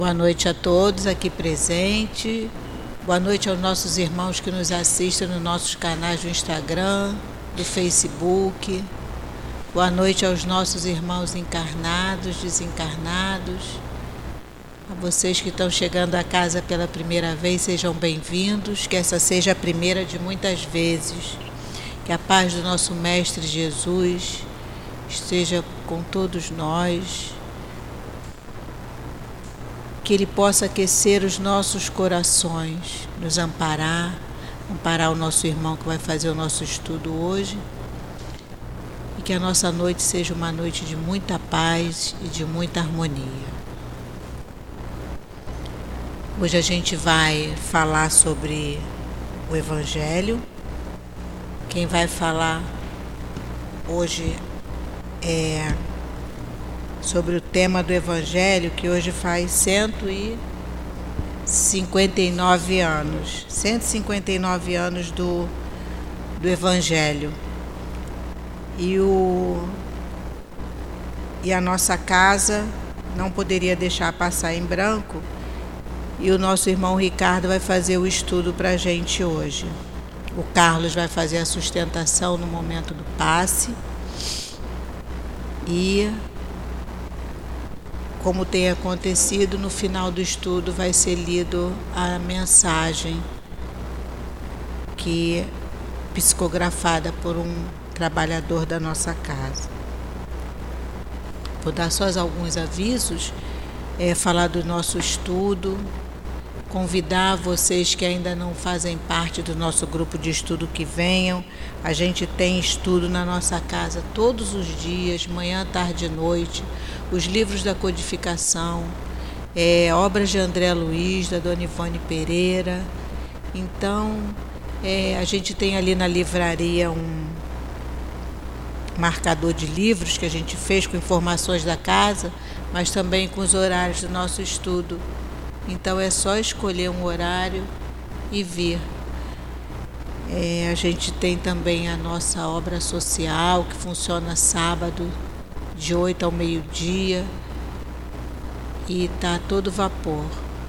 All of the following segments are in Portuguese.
Boa noite a todos aqui presentes. Boa noite aos nossos irmãos que nos assistem nos nossos canais do Instagram, do Facebook. Boa noite aos nossos irmãos encarnados, desencarnados. A vocês que estão chegando a casa pela primeira vez, sejam bem-vindos. Que essa seja a primeira de muitas vezes. Que a paz do nosso Mestre Jesus esteja com todos nós. Que Ele possa aquecer os nossos corações, nos amparar o nosso irmão que vai fazer o nosso estudo hoje. E que a nossa noite seja uma noite de muita paz e de muita harmonia. Hoje a gente vai falar sobre o Evangelho. Quem vai falar hoje é sobre o tema do Evangelho, que hoje faz 159 anos. 159 anos do Evangelho. E a nossa casa não poderia deixar passar em branco. E o nosso irmão Ricardo vai fazer o estudo para a gente hoje. O Carlos vai fazer a sustentação no momento do passe. E como tem acontecido, no final do estudo vai ser lido a mensagem que psicografada por um trabalhador da nossa casa. Vou dar só alguns avisos, falar do nosso estudo, convidar vocês que ainda não fazem parte do nosso grupo de estudo que venham. A gente tem estudo na nossa casa todos os dias, manhã, tarde e noite. Os livros da codificação, obras de André Luiz, da Dona Ivone Pereira. Então, a gente tem ali na livraria um marcador de livros que a gente fez com informações da casa, mas também com os horários do nosso estudo. Então é só escolher um horário e vir. A gente tem também a nossa obra social, que funciona sábado, de 8 ao meio-dia, e está a todo vapor.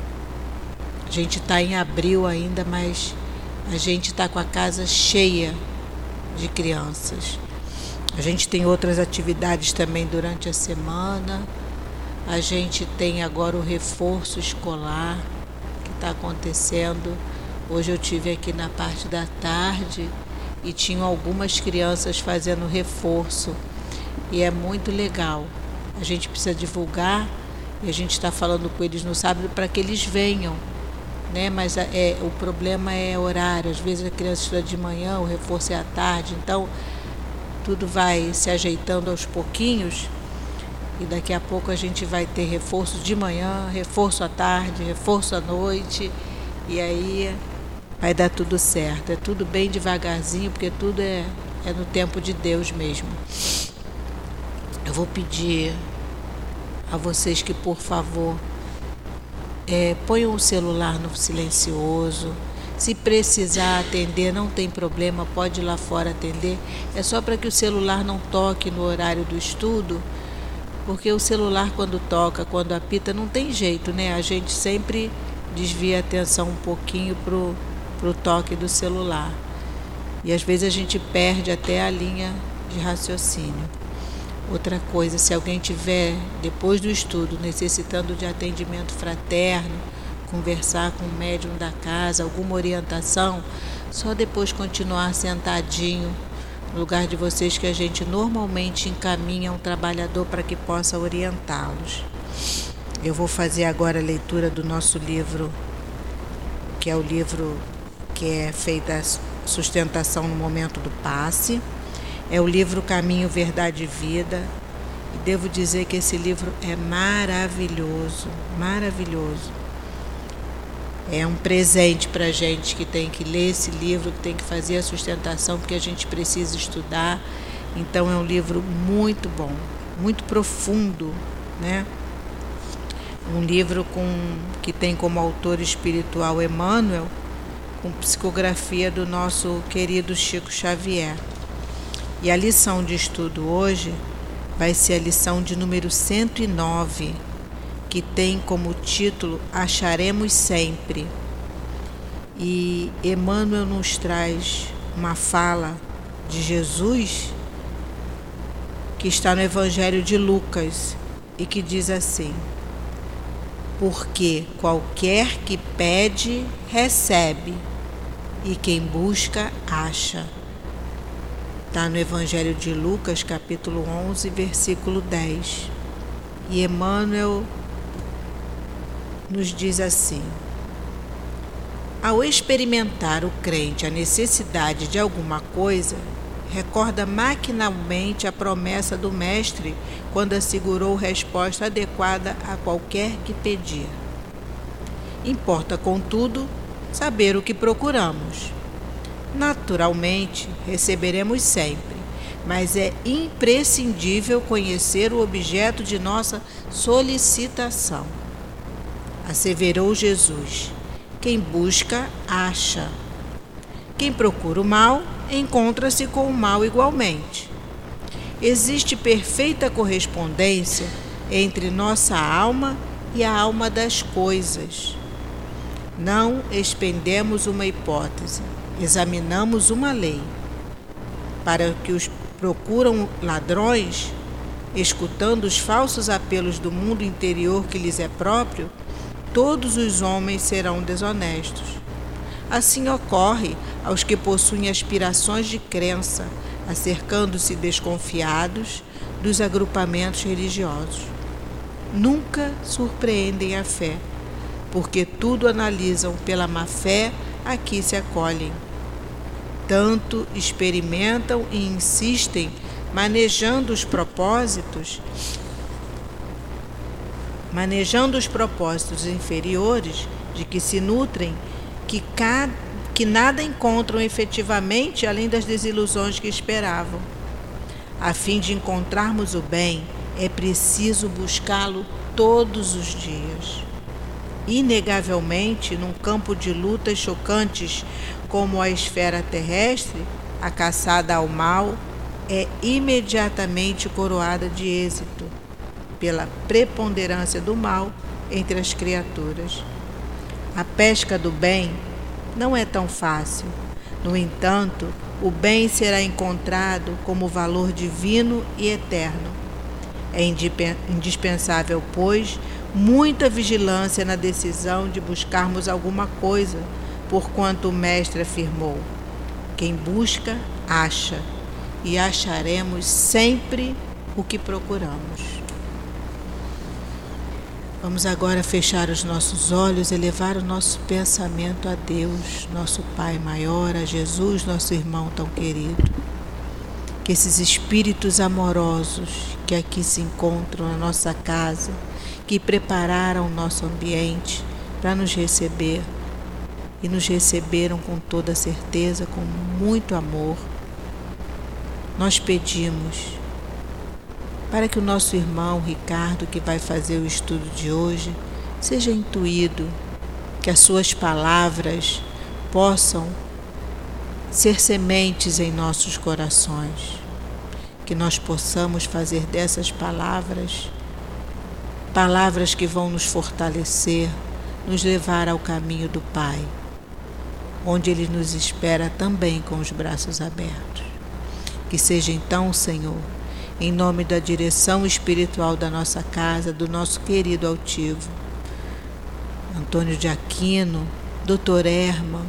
A gente está em abril ainda, mas a gente está com a casa cheia de crianças. A gente tem outras atividades também durante a semana. A gente tem agora o reforço escolar que está acontecendo. Hoje eu tive aqui na parte da tarde e tinham algumas crianças fazendo reforço. E é muito legal. A gente precisa divulgar e a gente está falando com eles no sábado para que eles venham, né? Mas o problema é horário. Às vezes a criança estuda de manhã, o reforço é à tarde. Então tudo vai se ajeitando aos pouquinhos. E daqui a pouco a gente vai ter reforço de manhã, reforço à tarde, reforço à noite. E aí vai dar tudo certo. É tudo bem devagarzinho, porque tudo é no tempo de Deus mesmo. Eu vou pedir a vocês que, por favor, ponham o celular no silencioso. Se precisar atender, não tem problema, pode ir lá fora atender. É só para que o celular não toque no horário do estudo, porque o celular, quando toca, quando apita, não tem jeito, né? A gente sempre desvia a atenção um pouquinho pro toque do celular. E às vezes a gente perde até a linha de raciocínio. Outra coisa, se alguém tiver, depois do estudo, necessitando de atendimento fraterno, conversar com o médium da casa, alguma orientação, só depois continuar sentadinho no lugar de vocês, que a gente normalmente encaminha um trabalhador para que possa orientá-los. Eu vou fazer agora a leitura do nosso livro, que é o livro que é feita a sustentação no momento do passe. É o livro Caminho, Verdade e Vida. E devo dizer que esse livro é maravilhoso, maravilhoso. É um presente para a gente que tem que ler esse livro, que tem que fazer a sustentação, porque a gente precisa estudar. Então é um livro muito bom, muito profundo, né? Um livro que tem como autor espiritual Emmanuel, com psicografia do nosso querido Chico Xavier. E a lição de estudo hoje vai ser a lição de número 109, que tem como título Acharemos Sempre. E Emmanuel nos traz uma fala de Jesus que está no Evangelho de Lucas e que diz assim: porque qualquer que pede, recebe, e quem busca, acha. Está no Evangelho de Lucas, capítulo 11, versículo 10. E Emmanuel nos diz assim: ao experimentar o crente a necessidade de alguma coisa, recorda maquinalmente a promessa do Mestre quando assegurou resposta adequada a qualquer que pedir. Importa, contudo, saber o que procuramos. Naturalmente, receberemos sempre, mas é imprescindível conhecer o objeto de nossa solicitação. Asseverou Jesus: quem busca, acha. Quem procura o mal, encontra-se com o mal igualmente. Existe perfeita correspondência entre nossa alma e a alma das coisas. Não expendemos uma hipótese, examinamos uma lei. Para que os procuram ladrões, escutando os falsos apelos do mundo interior que lhes é próprio, todos os homens serão desonestos. Assim ocorre aos que possuem aspirações de crença, acercando-se desconfiados dos agrupamentos religiosos. Nunca surpreendem a fé, porque tudo analisam pela má-fé a que se acolhem. Tanto experimentam e insistem, manejando os propósitos inferiores de que se nutrem, que nada encontram efetivamente além das desilusões que esperavam. A fim de encontrarmos o bem, é preciso buscá-lo todos os dias. Inegavelmente, num campo de lutas chocantes como a esfera terrestre, a caçada ao mal é imediatamente coroada de êxito, pela preponderância do mal entre as criaturas. A pesca do bem não é tão fácil. No entanto, o bem será encontrado como valor divino e eterno. É indispensável, pois, muita vigilância na decisão de buscarmos alguma coisa, porquanto o Mestre afirmou: quem busca, acha, e acharemos sempre o que procuramos. Vamos agora fechar os nossos olhos e elevar o nosso pensamento a Deus, nosso Pai maior, a Jesus, nosso irmão tão querido. Que esses espíritos amorosos que aqui se encontram na nossa casa, que prepararam o nosso ambiente para nos receber, e nos receberam com toda certeza, com muito amor, nós pedimos para que o nosso irmão Ricardo, que vai fazer o estudo de hoje, seja intuído, que as suas palavras possam ser sementes em nossos corações, que nós possamos fazer dessas palavras que vão nos fortalecer, nos levar ao caminho do Pai, onde Ele nos espera também com os braços abertos. Que seja então, Senhor, em nome da direção espiritual da nossa casa, do nosso querido altivo, Antônio de Aquino, Dr. Herman,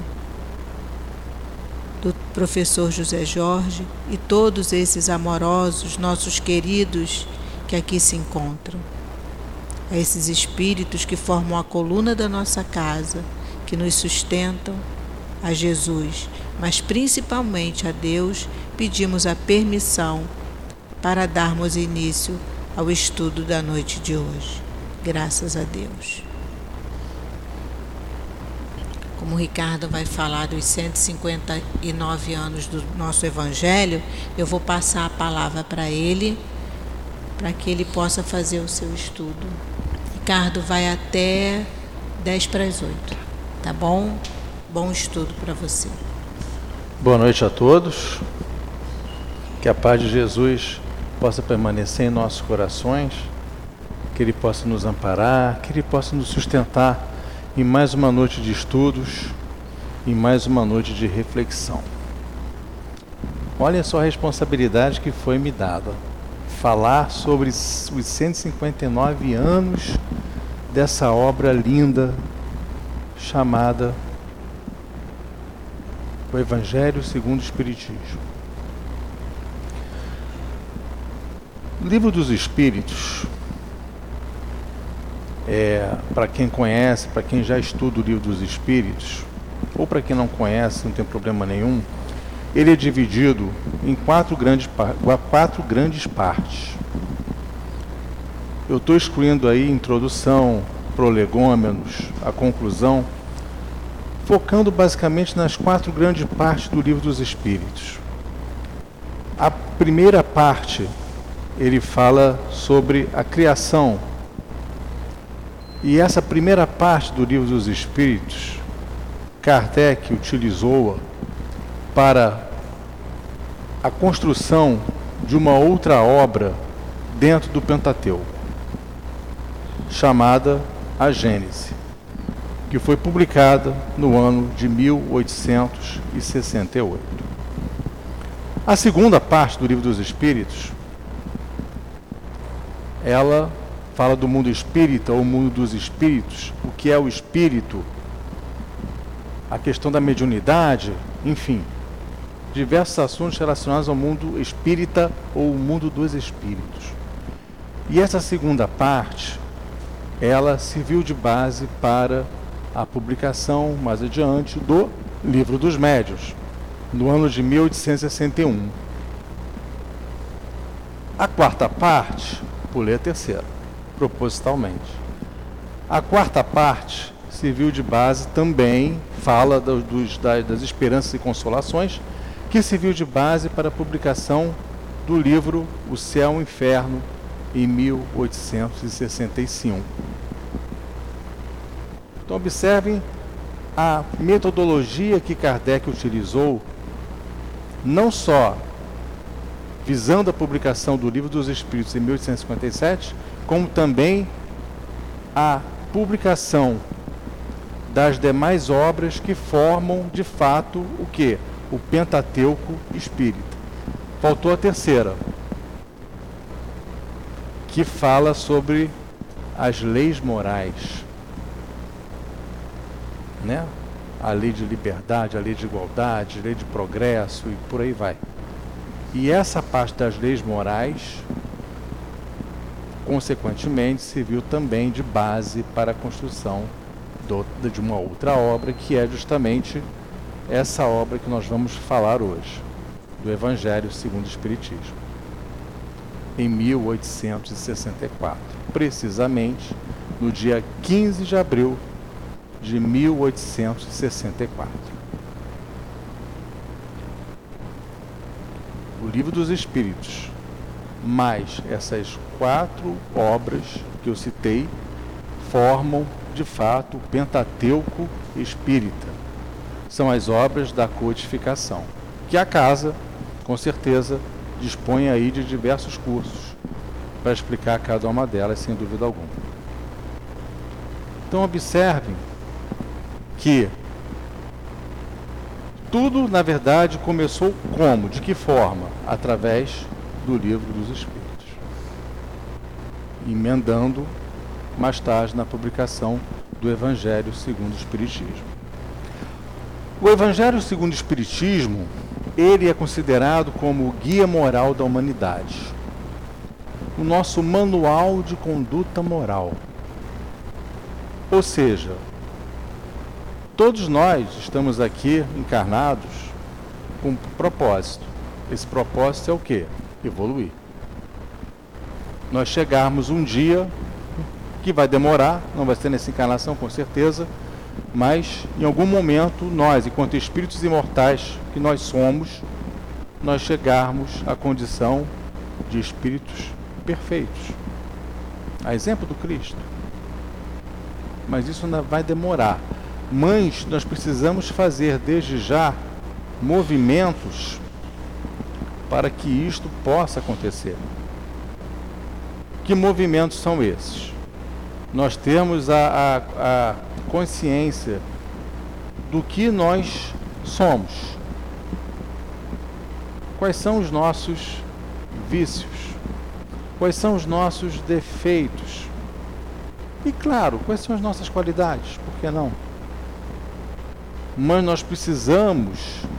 do professor José Jorge e todos esses amorosos, nossos queridos que aqui se encontram. A esses espíritos que formam a coluna da nossa casa, que nos sustentam, a Jesus, mas principalmente a Deus, pedimos a permissão para darmos início ao estudo da noite de hoje. Graças a Deus. Como o Ricardo vai falar dos 159 anos do nosso Evangelho, eu vou passar a palavra para ele, para que ele possa fazer o seu estudo. Ricardo vai até 10 para as 8, tá bom? Bom estudo para você. Boa noite a todos. Que a paz de Jesus possa permanecer em nossos corações que Ele possa nos amparar, que Ele possa nos sustentar em mais uma noite de estudos, em mais uma noite de reflexão. Olha só a responsabilidade que foi me dada. Falar sobre os 159 anos dessa obra linda chamada o Evangelho segundo o Espiritismo. O Livro dos Espíritos, para quem conhece, para quem já estuda o Livro dos Espíritos, ou para quem não conhece, não tem problema nenhum, ele é dividido em quatro grandes partes. Eu estou excluindo aí introdução, prolegômenos, a conclusão, focando basicamente nas quatro grandes partes do Livro dos Espíritos. A primeira parte, ele fala sobre a criação. E essa primeira parte do Livro dos Espíritos, Kardec utilizou-a para a construção de uma outra obra dentro do Pentateuco, chamada a Gênese, que foi publicada no ano de 1868. A segunda parte do Livro dos Espíritos, ela fala do mundo espírita ou mundo dos espíritos, o que é o espírito, a questão da mediunidade, enfim, diversos assuntos relacionados ao mundo espírita ou o mundo dos espíritos. E essa segunda parte, ela serviu de base para a publicação, mais adiante, do Livro dos Médiuns, no ano de 1861. A quarta parte, pulei a terceira, propositalmente. A quarta parte serviu de base também, fala das esperanças e consolações, que serviu de base para a publicação do livro O Céu e o Inferno, em 1865. Então observem a metodologia que Kardec utilizou, não só visando a publicação do Livro dos Espíritos em 1857, como também a publicação das demais obras que formam, de fato, o quê? O Pentateuco Espírita. Faltou a terceira, que fala sobre as leis morais, né? A lei de liberdade, a lei de igualdade, a lei de progresso e por aí vai. E essa parte das leis morais, consequentemente, serviu também de base para a construção de uma outra obra, que é justamente essa obra que nós vamos falar hoje, do Evangelho segundo o Espiritismo, em 1864, precisamente no dia 15 de abril de 1864. O Livro dos Espíritos, mais essas quatro obras que eu citei, formam, de fato, o Pentateuco Espírita. São as obras da codificação, que a casa, com certeza, dispõe aí de diversos cursos para explicar cada uma delas, sem dúvida alguma. Então, observem que tudo, na verdade, começou como? De que forma? Através do Livro dos Espíritos, emendando mais tarde na publicação do Evangelho segundo o Espiritismo. O Evangelho segundo o Espiritismo, ele é considerado como o guia moral da humanidade, o nosso manual de conduta moral. Ou seja, todos nós estamos aqui encarnados com um propósito. Esse propósito é o quê? Evoluir. Nós chegarmos um dia, que vai demorar, não vai ser nessa encarnação com certeza, mas em algum momento nós, enquanto espíritos imortais que nós somos, nós chegarmos à condição de espíritos perfeitos, a exemplo do Cristo. Mas isso ainda vai demorar. Mas nós precisamos fazer desde já movimentos para que isto possa acontecer. Que movimentos são esses? Nós temos a consciência do que nós somos. Quais são os nossos vícios? Quais são os nossos defeitos? E claro, quais são as nossas qualidades? Por que não? Mas nós precisamos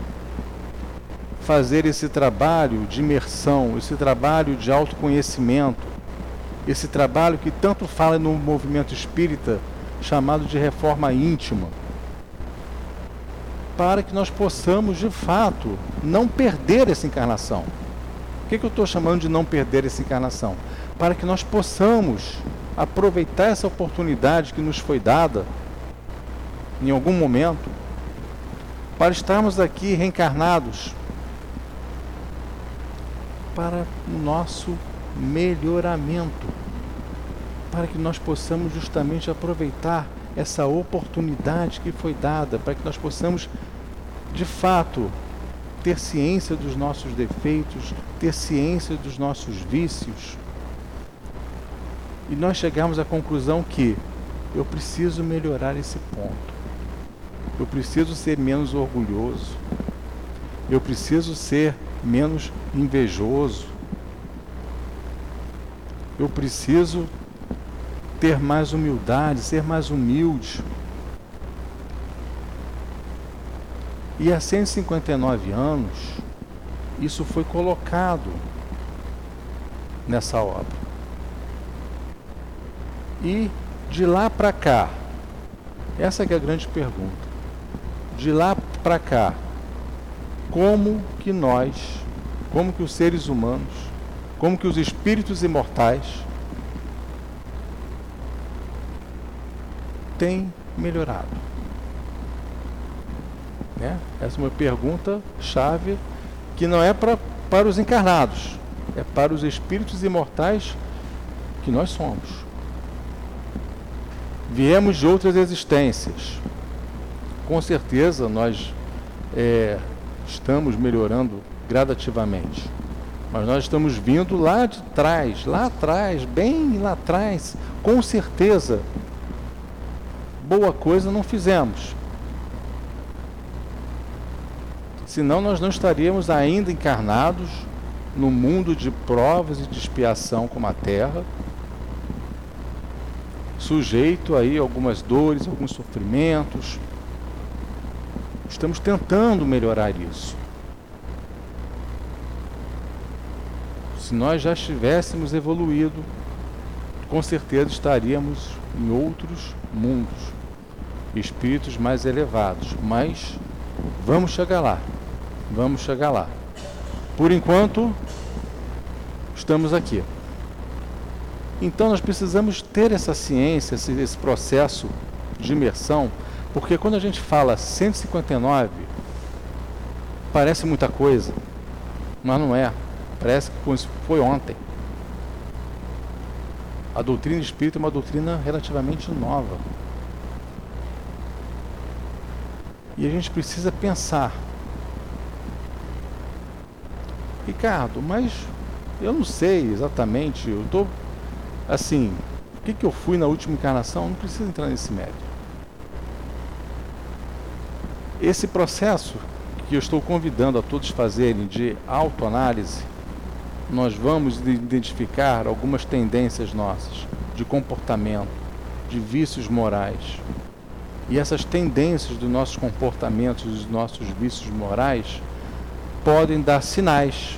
fazer esse trabalho de imersão, esse trabalho de autoconhecimento, esse trabalho que tanto fala no movimento espírita, chamado de reforma íntima, para que nós possamos, de fato, não perder essa encarnação. O que eu estou chamando de não perder essa encarnação? Para que nós possamos aproveitar essa oportunidade que nos foi dada, em algum momento, para estarmos aqui reencarnados, para o nosso melhoramento, para que nós possamos justamente aproveitar essa oportunidade que foi dada, para que nós possamos, de fato, ter ciência dos nossos defeitos, ter ciência dos nossos vícios, e nós chegamos à conclusão que eu preciso melhorar esse ponto, eu preciso ser menos orgulhoso, eu preciso ser menos invejoso, eu preciso ter mais humildade, ser mais humilde. E há 159 anos, isso foi colocado nessa obra. E de lá para cá, essa que é a grande pergunta, de lá para cá, como que nós, como que os seres humanos, como que os espíritos imortais têm melhorado? Né? Essa é uma pergunta chave que não é para os encarnados, é para os espíritos imortais que nós somos. Viemos de outras existências. Com certeza nós estamos melhorando gradativamente. Mas nós estamos vindo lá de trás, lá atrás, bem lá atrás. Com certeza, boa coisa não fizemos. Senão nós não estaríamos ainda encarnados no mundo de provas e de expiação como a Terra, sujeito aí a algumas dores, alguns sofrimentos. Estamos tentando melhorar isso. Se nós já estivéssemos evoluído, com certeza estaríamos em outros mundos, espíritos mais elevados. Mas vamos chegar lá, vamos chegar lá. Por enquanto, estamos aqui. Então nós precisamos ter essa ciência, esse processo de imersão, porque quando a gente fala 159, parece muita coisa, mas não é. Parece que foi ontem. A doutrina espírita é uma doutrina relativamente nova. E a gente precisa pensar. Ricardo, mas eu não sei exatamente, eu estou assim, o que eu fui na última encarnação? Não preciso entrar nesse mérito. Esse processo que eu estou convidando a todos fazerem de autoanálise, nós vamos identificar algumas tendências nossas de comportamento, de vícios morais. E essas tendências dos nossos comportamentos, dos nossos vícios morais, podem dar sinais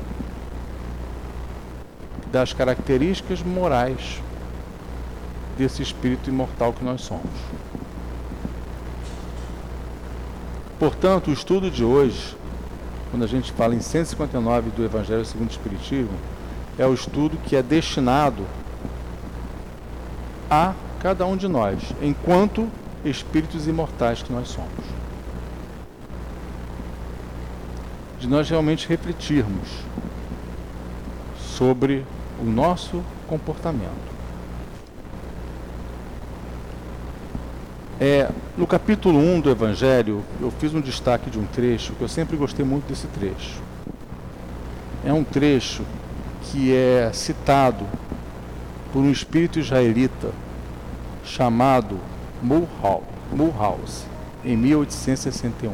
das características morais desse espírito imortal que nós somos. Portanto, o estudo de hoje, quando a gente fala em 159 do Evangelho segundo o Espiritismo, é o estudo que é destinado a cada um de nós, enquanto espíritos imortais que nós somos. De nós realmente refletirmos sobre o nosso comportamento. No capítulo 1 do Evangelho, eu fiz um destaque de um trecho, que eu sempre gostei muito desse trecho. É um trecho que é citado por um espírito israelita chamado Mulhouse, em 1861.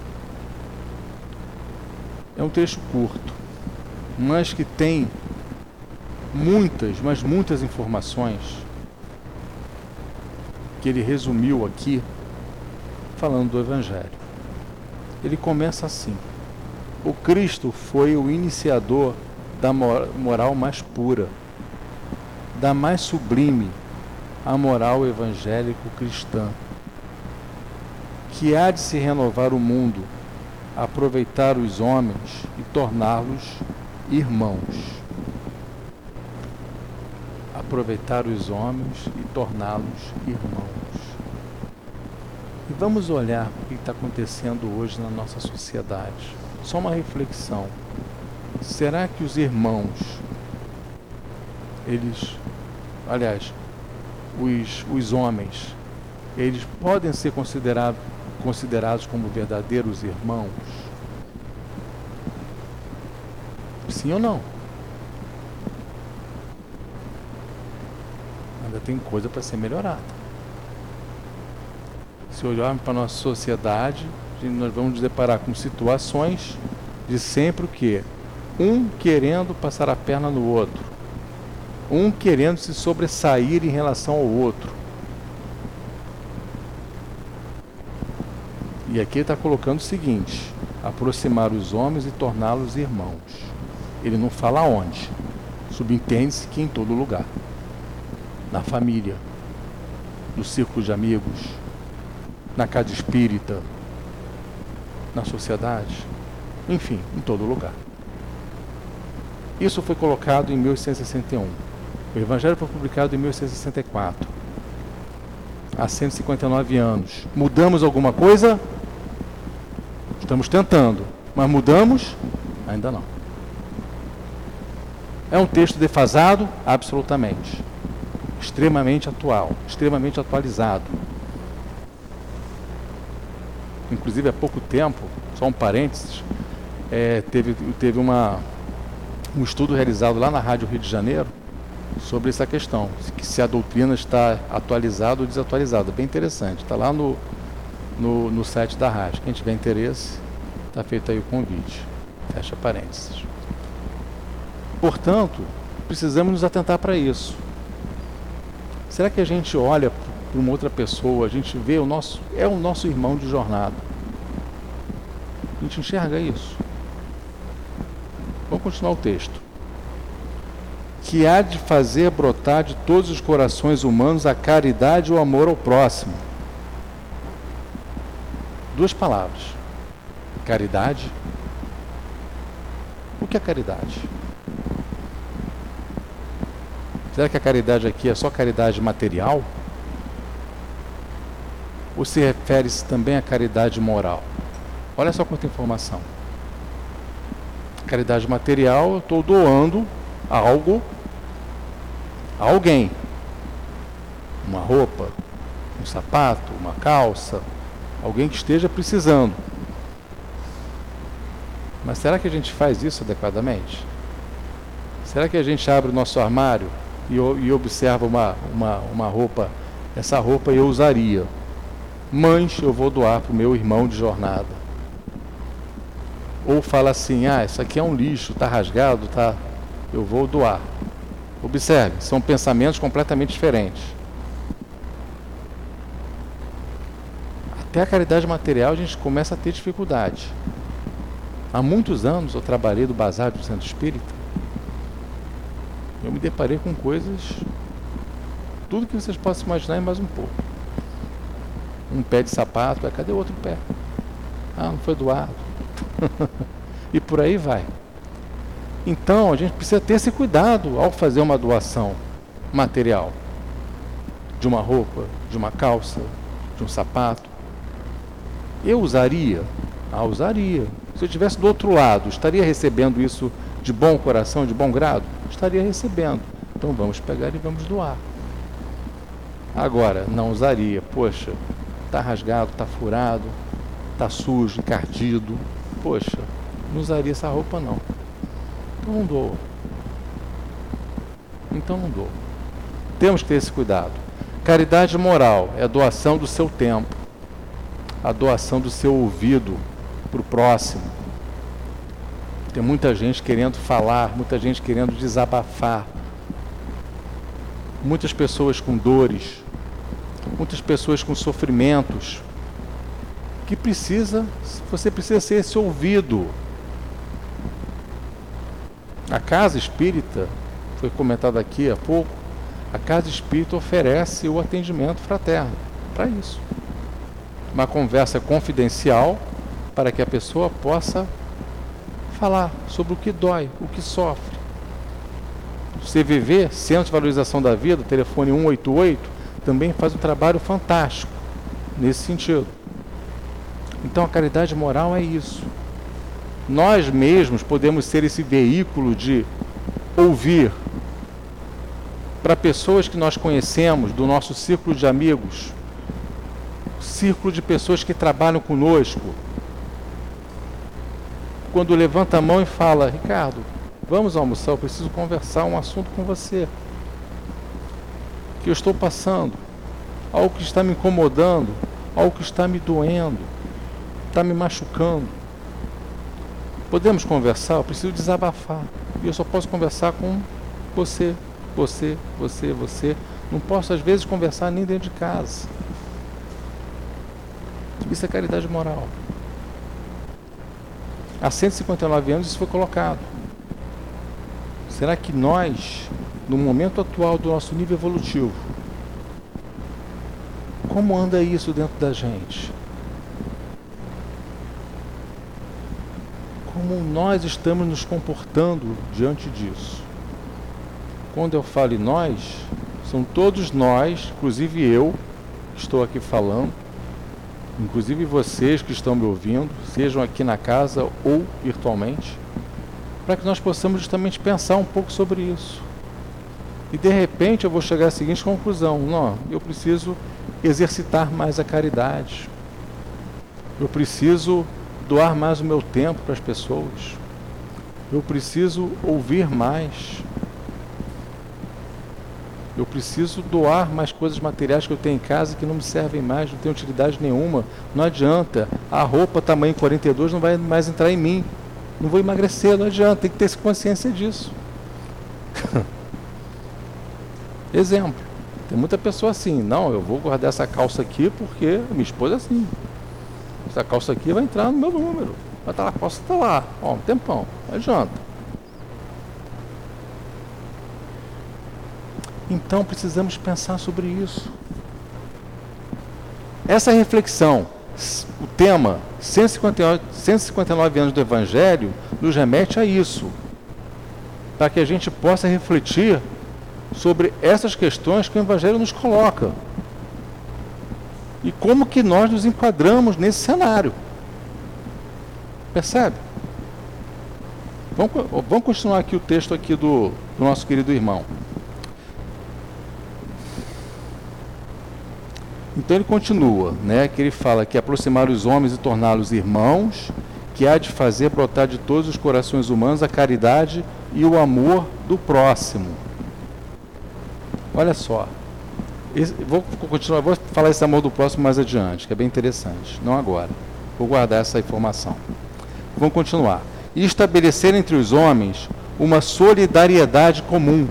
É um texto curto, mas que tem muitas, mas muitas informações que ele resumiu aqui, falando do Evangelho. Ele começa assim: o Cristo foi o iniciador da moral mais pura, da mais sublime, a moral evangélico-cristã, que há de se renovar o mundo, aproveitar os homens e torná-los irmãos. Aproveitar os homens e torná-los irmãos. E vamos olhar o que está acontecendo hoje na nossa sociedade. Só uma reflexão. Será que os irmãos, os homens, eles podem ser considerados como verdadeiros irmãos? Sim ou não? Ainda tem coisa para ser melhorada. Se olharmos para a nossa sociedade, nós vamos nos deparar com situações de sempre o quê? Um querendo passar a perna no outro. Um querendo se sobressair em relação ao outro. E aqui ele está colocando o seguinte: aproximar os homens e torná-los irmãos. Ele não fala onde. Subentende-se que em todo lugar. Na família, no círculo de amigos, na casa espírita, na sociedade, enfim, em todo lugar. Isso foi colocado em 1861. O Evangelho foi publicado em 1864. Há 159 anos. Mudamos alguma coisa? Estamos tentando. Mas mudamos? Ainda não. É um texto defasado? Absolutamente. Extremamente atual, extremamente atualizado. Inclusive há pouco tempo, só um parênteses, teve um estudo realizado lá na Rádio Rio de Janeiro sobre essa questão, se a doutrina está atualizada ou desatualizada. Bem interessante, está lá no site da rádio. Quem tiver interesse, está feito aí o convite. Fecha parênteses. Portanto, precisamos nos atentar para isso. Será que a gente olha para uma outra pessoa, a gente vê o nosso irmão de jornada? A gente enxerga isso? Vamos continuar o texto. Que há de fazer brotar de todos os corações humanos a caridade e o amor ao próximo. Duas palavras. Caridade. O que é caridade? Será que a caridade aqui é só caridade material? Ou se refere-se também à caridade moral? Olha só quanta informação. Caridade material, eu estou doando algo a alguém. Uma roupa, um sapato, uma calça, alguém que esteja precisando. Mas será que a gente faz isso adequadamente? Será que a gente abre o nosso armário e observa uma roupa, essa roupa eu usaria, mas eu vou doar para o meu irmão de jornada? Ou fala assim, isso aqui é um lixo, está rasgado, eu vou doar. Observe, são pensamentos completamente diferentes. Até a caridade material a gente começa a ter dificuldade. Há muitos anos eu trabalhei do bazar do Centro Espírita. Eu me deparei com coisas, tudo que vocês possam imaginar e mais um pouco. Um pé de sapato, cadê o outro pé? Não foi doado. E por aí vai. Então a gente precisa ter esse cuidado ao fazer uma doação material. De uma roupa, de uma calça, de um sapato. Eu usaria? Usaria. Se eu estivesse do outro lado, estaria recebendo isso de bom coração, de bom grado? Estaria recebendo. Então vamos pegar e vamos doar. Agora, não usaria. Poxa, está rasgado, está furado, está sujo, encardido. Poxa, não usaria essa roupa não. Então não dou. Temos que ter esse cuidado. Caridade moral é a doação do seu tempo, a doação do seu ouvido para o próximo. Tem muita gente querendo falar, muita gente querendo desabafar, muitas pessoas com dores, muitas pessoas com sofrimentos, que você precisa ser esse ouvido. A casa espírita, foi comentado aqui há pouco, a casa espírita oferece o atendimento fraterno para isso. Uma conversa confidencial para que a pessoa possa falar sobre o que dói, o que sofre. O CVV, Centro de Valorização da Vida, telefone 188, também faz um trabalho fantástico nesse sentido. Então a caridade moral é isso. Nós mesmos podemos ser esse veículo de ouvir para pessoas que nós conhecemos, do nosso círculo de amigos, círculo de pessoas que trabalham conosco. Quando levanta a mão e fala: Ricardo, vamos almoçar, eu preciso conversar um assunto com você, que eu estou passando, algo que está me incomodando, algo que está me doendo, está me machucando. Podemos conversar? Eu preciso desabafar. E eu só posso conversar com você. Não posso, às vezes, conversar nem dentro de casa. Isso é caridade moral. Há 159 anos isso foi colocado. Será que nós, no momento atual do nosso nível evolutivo, como anda isso dentro da gente? Como nós estamos nos comportando diante disso? Quando eu falo em nós, são todos nós, inclusive eu, que estou aqui falando, inclusive vocês que estão me ouvindo, sejam aqui na casa ou virtualmente, para que nós possamos justamente pensar um pouco sobre isso. E de repente eu vou chegar à seguinte conclusão: não, eu preciso exercitar mais a caridade, eu preciso doar mais o meu tempo para as pessoas, eu preciso ouvir mais, eu preciso doar mais coisas materiais que eu tenho em casa que não me servem mais, não tem utilidade nenhuma. Não adianta, a roupa tamanho 42 não vai mais entrar em mim, não vou emagrecer, não adianta, tem que ter consciência disso. Exemplo, tem muita pessoa assim: não, eu vou guardar essa calça aqui porque minha esposa é assim, essa calça aqui vai entrar no meu número, vai estar lá, a calça está lá, ó, um tempão, não adianta. Então precisamos pensar sobre isso. Essa reflexão, o tema 159 anos do Evangelho, nos remete a isso, para que a gente possa refletir sobre essas questões que o Evangelho nos coloca e como que nós nos enquadramos nesse cenário. Percebe? Vamos continuar aqui o texto aqui do nosso querido irmão. Então ele continua, né, que ele fala que aproximar os homens e torná-los irmãos, que há de fazer brotar de todos os corações humanos a caridade e o amor do próximo. Olha só, vou falar esse amor do próximo mais adiante, que é bem interessante, não agora. Vou guardar essa informação. Vamos continuar. E estabelecer entre os homens uma solidariedade comum,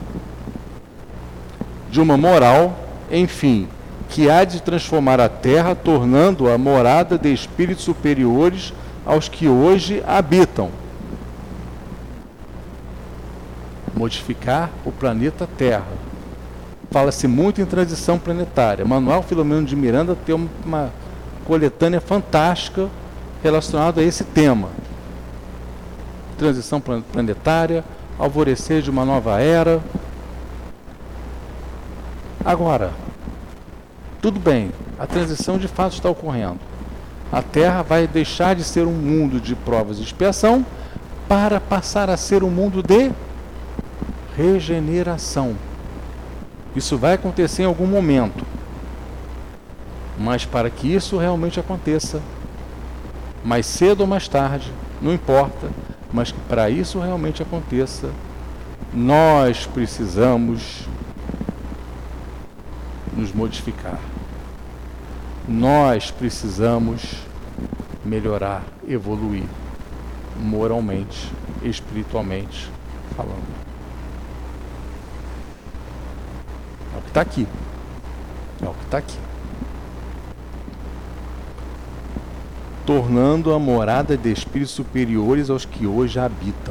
de uma moral, enfim, que há de transformar a terra, tornando-a morada de espíritos superiores aos que hoje habitam. Modificar o planeta Terra. Fala-se muito em transição planetária. Manuel Filomeno de Miranda tem uma coletânea fantástica relacionada a esse tema. Transição planetária, alvorecer de uma nova era. Agora, tudo bem, a transição de fato está ocorrendo. A Terra vai deixar de ser um mundo de provas e expiação para passar a ser um mundo de regeneração. Isso vai acontecer em algum momento. Mas para que isso realmente aconteça, mais cedo ou mais tarde, não importa, mas que para isso realmente aconteça, nós precisamos nos modificar. Nós precisamos melhorar, evoluir, moralmente, espiritualmente falando. É o que está aqui. É o que está aqui. Tornando a morada de espíritos superiores aos que hoje habitam.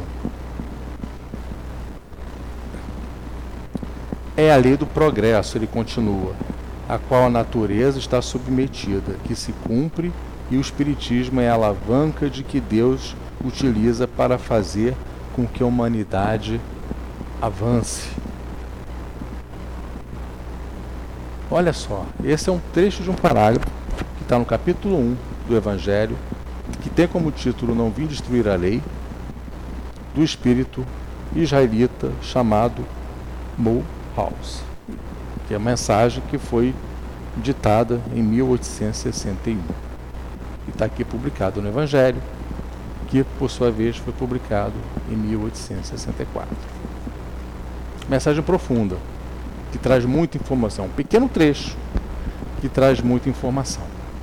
É a lei do progresso, ele continua, a qual a natureza está submetida, que se cumpre, e o Espiritismo é a alavanca de que Deus utiliza para fazer com que a humanidade avance. Olha só, esse é um trecho de um parágrafo que está no capítulo 1 do Evangelho, que tem como título Não Vim Destruir a Lei, do espírito israelita chamado Mulhouse, que é a mensagem que foi ditada em 1861. E está aqui publicado no Evangelho, que por sua vez foi publicado em 1864. Mensagem profunda, que traz muita informação. Um pequeno trecho que traz muita informação.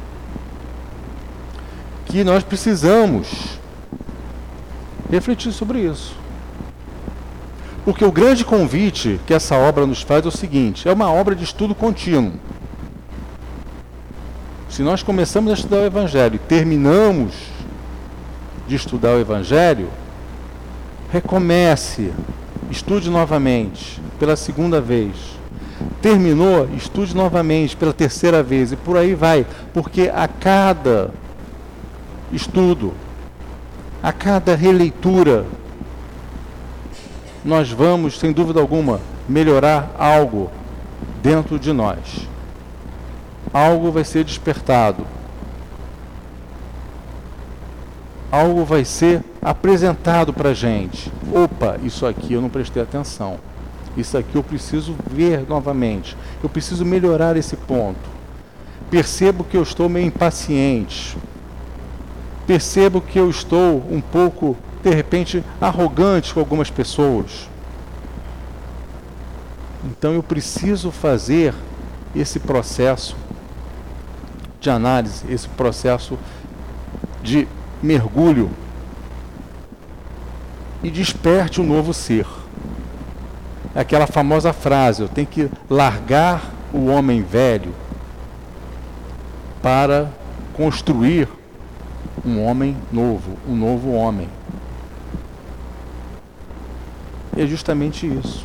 Que nós precisamos refletir sobre isso. Porque o grande convite que essa obra nos faz é o seguinte: é uma obra de estudo contínuo. Se nós começamos a estudar o Evangelho e terminamos de estudar o Evangelho, recomece, estude novamente, pela segunda vez. Terminou, estude novamente, pela terceira vez, e por aí vai. Porque a cada estudo, a cada releitura, nós vamos, sem dúvida alguma, melhorar algo dentro de nós. Algo vai ser despertado. Algo vai ser apresentado para a gente. Opa, isso aqui eu não prestei atenção. Isso aqui eu preciso ver novamente. Eu preciso melhorar esse ponto. Percebo que eu estou meio impaciente. Percebo que eu estou um pouco, de repente, arrogante com algumas pessoas. Então eu preciso fazer esse processo de análise, esse processo de mergulho, e desperte um novo ser. É aquela famosa frase: eu tenho que largar o homem velho para construir um homem novo, um novo homem. E é justamente isso.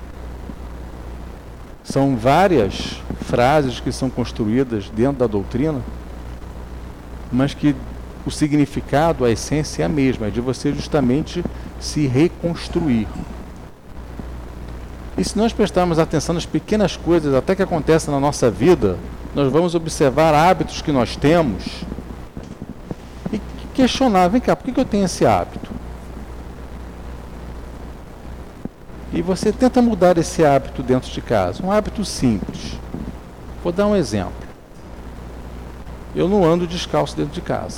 São várias frases que são construídas dentro da doutrina, mas que o significado, a essência é a mesma, é de você justamente se reconstruir. E se nós prestarmos atenção nas pequenas coisas até que acontecem na nossa vida, nós vamos observar hábitos que nós temos e questionar: vem cá, por que eu tenho esse hábito? E você tenta mudar esse hábito dentro de casa, um hábito simples. Vou dar um exemplo. Eu não ando descalço dentro de casa.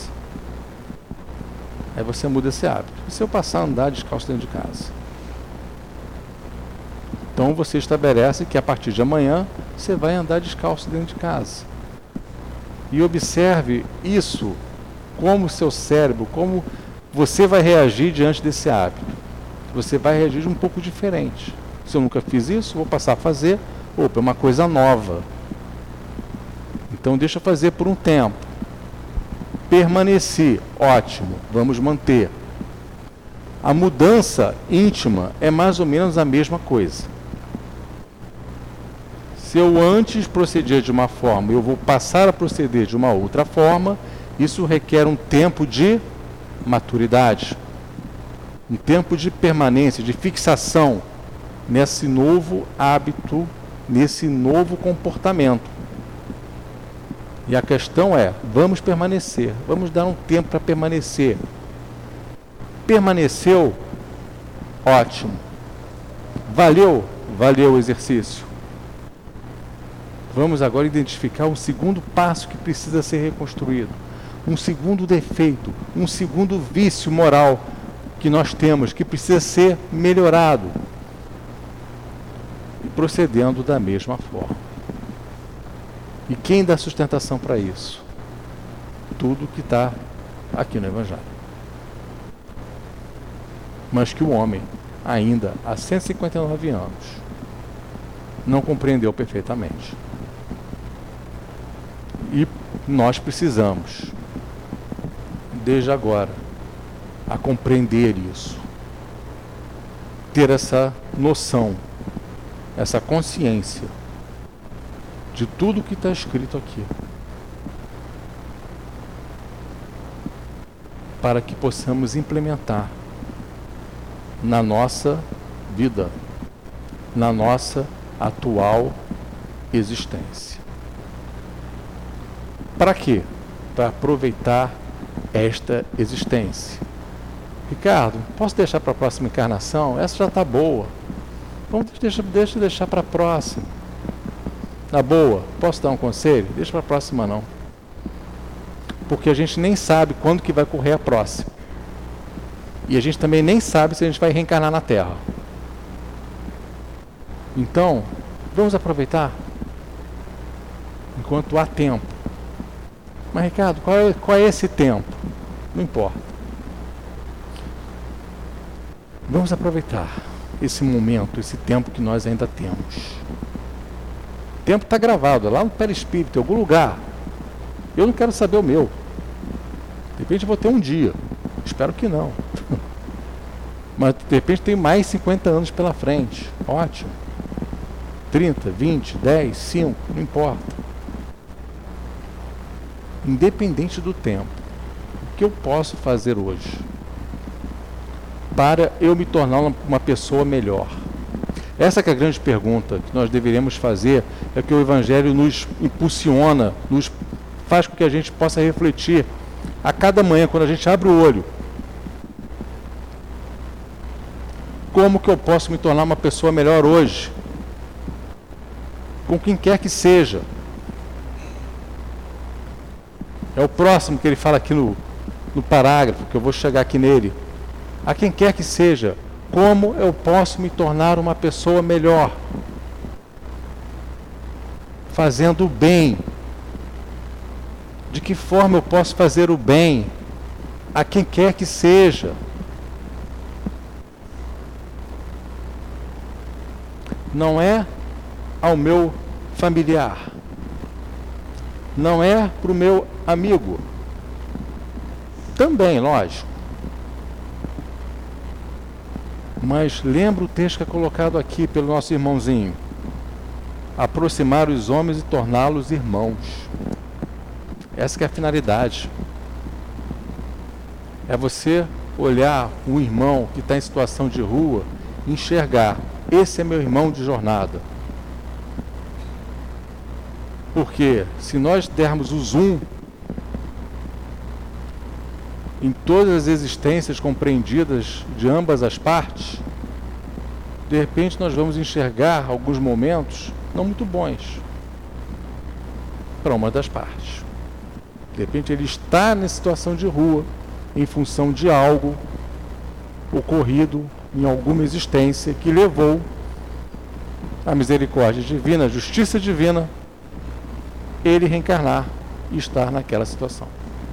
Aí você muda esse hábito. E se eu passar a andar descalço dentro de casa? Então você estabelece que a partir de amanhã você vai andar descalço dentro de casa. E observe isso, como o seu cérebro, como você vai reagir diante desse hábito. Você vai reagir um pouco diferente. Se eu nunca fiz isso, vou passar a fazer. Opa, é uma coisa nova. Então deixa eu fazer por um tempo. Permanecer, ótimo, vamos manter. A mudança íntima é mais ou menos a mesma coisa. Se eu antes procedia de uma forma, eu vou passar a proceder de uma outra forma, isso requer um tempo de maturidade, um tempo de permanência, de fixação nesse novo hábito, nesse novo comportamento. E a questão é, vamos permanecer, vamos dar um tempo para permanecer. Permaneceu? Ótimo. Valeu? Valeu o exercício. Vamos agora identificar um segundo passo que precisa ser reconstruído. Um segundo defeito, um segundo vício moral que nós temos, que precisa ser melhorado. E procedendo da mesma forma. E quem dá sustentação para isso? Tudo que está aqui no Evangelho. Mas que o homem, ainda há 159 anos, não compreendeu perfeitamente. E nós precisamos, desde agora, a compreender isso. Ter essa noção, essa consciência de tudo que está escrito aqui. Para que possamos implementar na nossa vida, na nossa atual existência. Para quê? Para aproveitar esta existência. Ricardo, posso deixar para a próxima encarnação? Essa já está boa. Vamos deixar para a próxima. Na boa, posso dar um conselho? Deixa para a próxima não. Porque a gente nem sabe quando que vai correr a próxima. E a gente também nem sabe se a gente vai reencarnar na Terra. Então, vamos aproveitar enquanto há tempo. Mas, Ricardo, qual é esse tempo? Não importa. Vamos aproveitar esse momento, esse tempo que nós ainda temos. O tempo está gravado, é lá no perispírito, em algum lugar. Eu não quero saber o meu. De repente eu vou ter um dia. Espero que não. Mas de repente tem mais 50 anos pela frente. Ótimo. 30, 20, 10, 5, não importa. Independente do tempo, o que eu posso fazer hoje para eu me tornar uma pessoa melhor? Essa que é a grande pergunta que nós deveríamos fazer, é que o Evangelho nos impulsiona, nos faz com que a gente possa refletir a cada manhã, quando a gente abre o olho. Como que eu posso me tornar uma pessoa melhor hoje? Com quem quer que seja. É o próximo que ele fala aqui no parágrafo, que eu vou chegar aqui nele. A quem quer que seja, como eu posso me tornar uma pessoa melhor? Fazendo o bem. De que forma eu posso fazer o bem a quem quer que seja? Não é ao meu familiar. Não é para o meu amigo. Também, lógico. Mas lembra o texto que é colocado aqui pelo nosso irmãozinho. Aproximar os homens e torná-los irmãos. Essa que é a finalidade. É você olhar o irmão que está em situação de rua e enxergar. Esse é meu irmão de jornada. Porque se nós dermos o zoom em todas as existências compreendidas de ambas as partes, de repente nós vamos enxergar alguns momentos não muito bons para uma das partes. De repente ele está na situação de rua em função de algo ocorrido em alguma existência que levou a misericórdia divina, a justiça divina, ele reencarnar e estar naquela situação.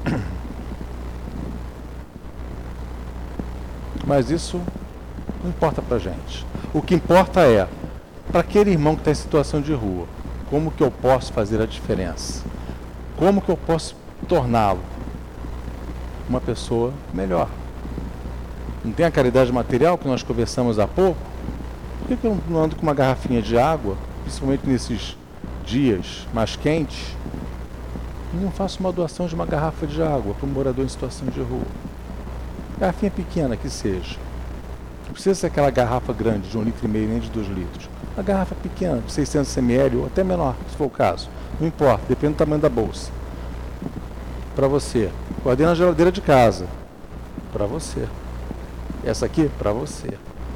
Mas isso não importa para a gente. O que importa é, para aquele irmão que está em situação de rua, como que eu posso fazer a diferença? Como que eu posso torná-lo uma pessoa melhor? Não tem a caridade material que nós conversamos há pouco? Por que eu não ando com uma garrafinha de água, principalmente nesses dias mais quentes, e não faço uma doação de uma garrafa de água para um morador em situação de rua? Garrafinha pequena que seja. Não precisa ser aquela garrafa grande de 1,5 litro, nem de 2 litros. Uma garrafa pequena, de 600 ml ou até menor, se for o caso. Não importa, depende do tamanho da bolsa. Para você. Guardei na geladeira de casa. Para você. Essa aqui, para você.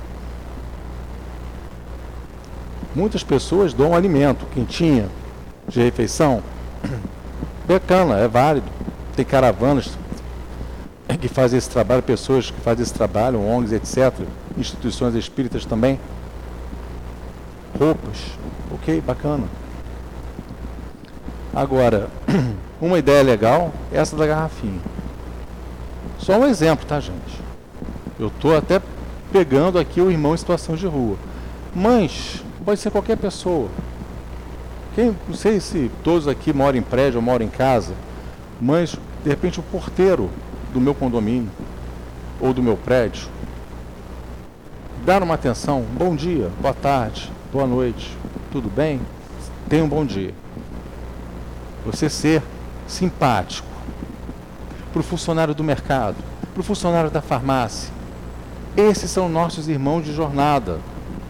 Muitas pessoas doam alimento, quentinha, de refeição. Bacana, é válido. Tem caravanas que fazem esse trabalho, pessoas que fazem esse trabalho, ONGs, etc. Instituições espíritas também. Roupas. Ok, bacana. Agora, uma ideia legal é essa da garrafinha. Só um exemplo, tá, gente? Eu estou até pegando aqui o irmão em situação de rua. Mas pode ser qualquer pessoa. Não sei se todos aqui moram em prédio ou moram em casa, mas de repente o porteiro do meu condomínio ou do meu prédio dar uma atenção, bom dia, boa tarde, boa noite, tudo bem? Tenha um bom dia. Você ser simpático para o funcionário do mercado, para o funcionário da farmácia. Esses são nossos irmãos de jornada.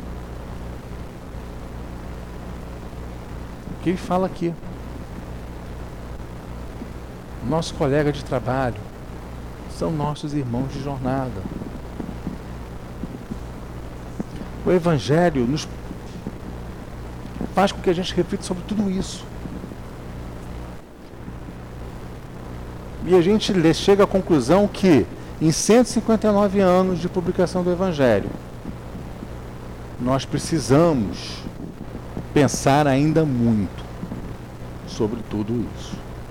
O que ele fala aqui? Nosso colega de trabalho são nossos irmãos de jornada. O Evangelho nos faz com que a gente reflita sobre tudo isso. E a gente chega à conclusão que, em 159 anos de publicação do Evangelho, nós precisamos pensar ainda muito sobre tudo isso.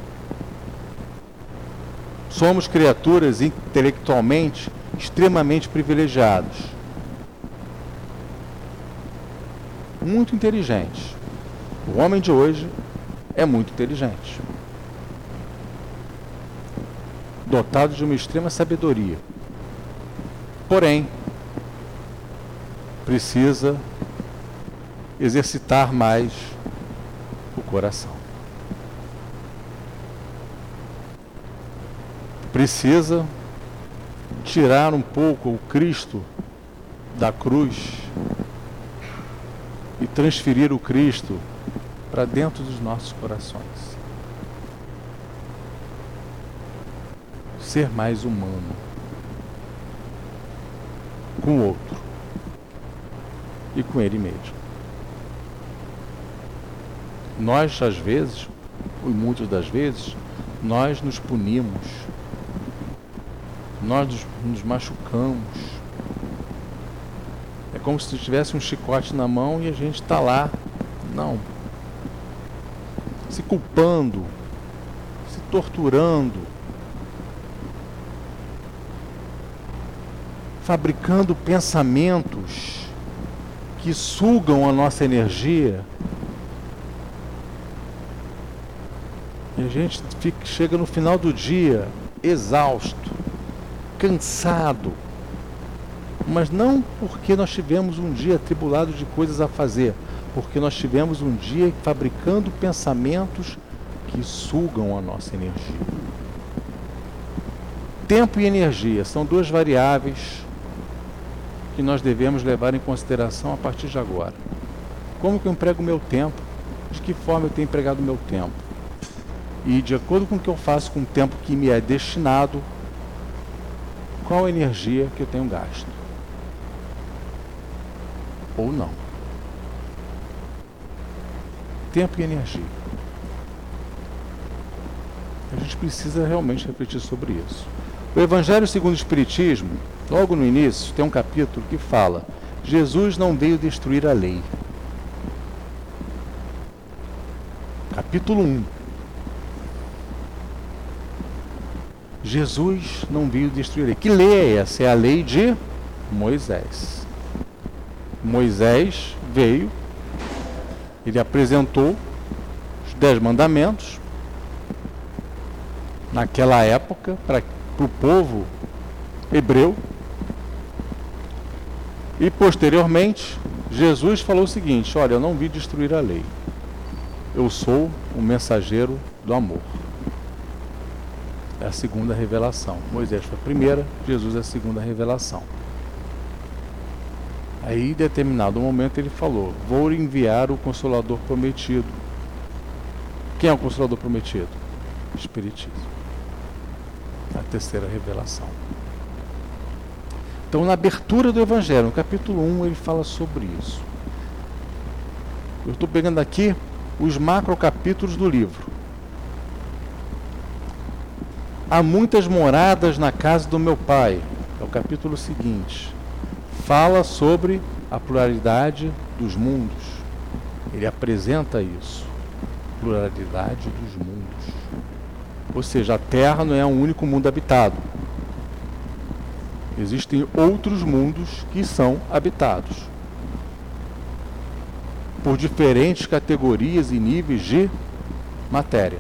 Somos criaturas intelectualmente extremamente privilegiadas, muito inteligentes. O homem de hoje é muito inteligente, dotado de uma extrema sabedoria. Porém, precisa exercitar mais o coração. Precisa tirar um pouco o Cristo da cruz e transferir o Cristo para dentro dos nossos corações. Ser mais humano com o outro e com ele mesmo. Nós, às vezes, e muitas das vezes, nós nos punimos, nós nos machucamos. É como se tivesse um chicote na mão e a gente está lá, não, se culpando, se torturando, fabricando pensamentos que sugam a nossa energia. E a gente chega no final do dia exausto, cansado, mas não porque nós tivemos um dia atribulado de coisas a fazer, porque nós tivemos um dia fabricando pensamentos que sugam a nossa energia. Tempo e energia são duas variáveis que nós devemos levar em consideração a partir de agora. Como que eu emprego o meu tempo? De que forma eu tenho empregado o meu tempo? E de acordo com o que eu faço com o tempo que me é destinado, qual a energia que eu tenho gasto? Ou não? Tempo e energia. A gente precisa realmente refletir sobre isso. O Evangelho segundo o Espiritismo, logo no início, tem um capítulo que fala: Jesus não veio destruir a lei. Capítulo 1. Jesus não veio destruir a lei. Que lei é essa? É a lei de Moisés. Moisés veio, ele apresentou os 10 mandamentos naquela época para o povo hebreu. E posteriormente, Jesus falou o seguinte: olha, eu não vim destruir a lei. Eu sou o mensageiro do amor. É a segunda revelação. Moisés foi a primeira, Jesus é a segunda revelação. Aí, em determinado momento, ele falou: vou enviar o Consolador prometido. Quem é o Consolador prometido? O Espiritismo. A terceira revelação. Então, na abertura do Evangelho, no capítulo 1, ele fala sobre isso. Eu estou pegando aqui os macrocapítulos do livro. Há muitas moradas na casa do meu pai. É o capítulo seguinte. Fala sobre a pluralidade dos mundos. Ele apresenta isso. pluralidade dos mundos. Ou seja, a Terra não é um único mundo habitado. Existem outros mundos que são habitados por diferentes categorias e níveis de matéria.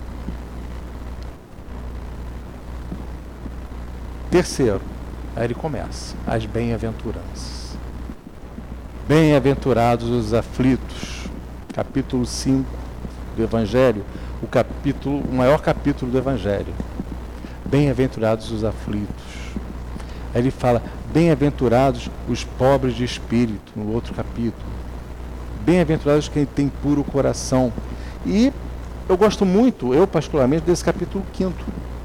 Terceiro, aí ele começa, as bem-aventuranças. Bem-aventurados os aflitos, capítulo 5 do Evangelho, o maior capítulo do Evangelho. Bem-aventurados os aflitos. Aí ele fala, bem-aventurados os pobres de espírito, no outro capítulo. Bem-aventurados quem tem puro coração. E eu gosto muito, eu particularmente, desse capítulo 5º.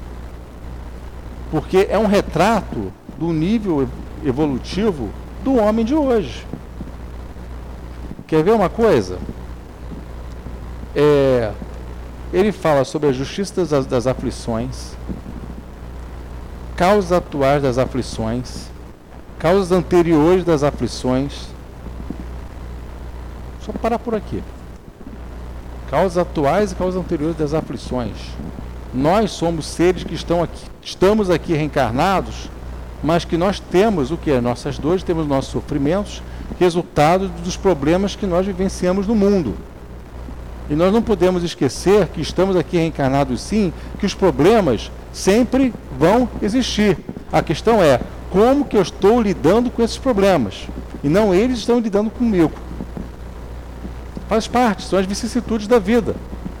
Porque é um retrato do nível evolutivo do homem de hoje. Quer ver uma coisa? Ele fala sobre a justiça das aflições, causas atuais das aflições, causas anteriores das aflições. Só parar por aqui. Causas atuais e causas anteriores das aflições. Nós somos seres que estamos aqui reencarnados, mas que nós temos o que? Nossas dores, temos nossos sofrimentos, resultado dos problemas que nós vivenciamos no mundo. E nós não podemos esquecer que estamos aqui reencarnados sim, que os problemas sempre vão existir. A questão é, como que eu estou lidando com esses problemas? E não eles estão lidando comigo. Faz parte, são as vicissitudes da vida.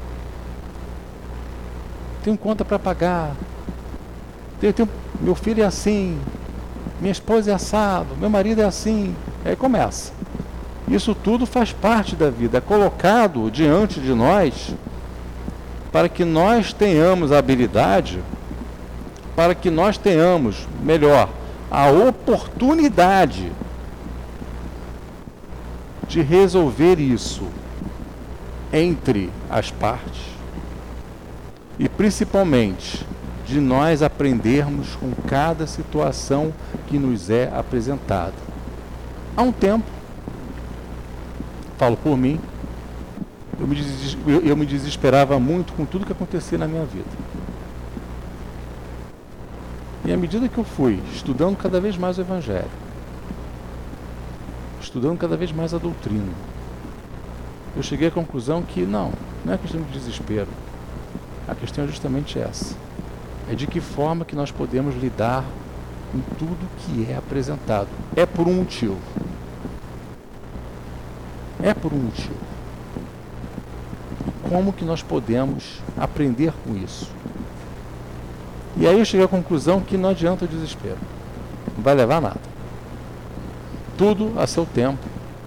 Tenho conta para pagar. Meu filho é assim, minha esposa é assado, meu marido é assim. Aí começa. Isso tudo faz parte da vida, é colocado diante de nós para que nós tenhamos a habilidade, para que nós tenhamos, melhor, a oportunidade de resolver isso entre as partes e principalmente de nós aprendermos com cada situação que nos é apresentada. Há um tempo, falo por mim, eu me desesperava muito com tudo que acontecia na minha vida. E à medida que eu fui estudando cada vez mais o Evangelho, estudando cada vez mais a doutrina, eu cheguei à conclusão que não é questão de desespero. A questão é justamente essa. É de que forma que nós podemos lidar com tudo que é apresentado. É por um motivo. É por um motivo. E como que nós podemos aprender com isso? E aí eu cheguei à conclusão que não adianta o desespero. Não vai levar a nada. Tudo a seu tempo.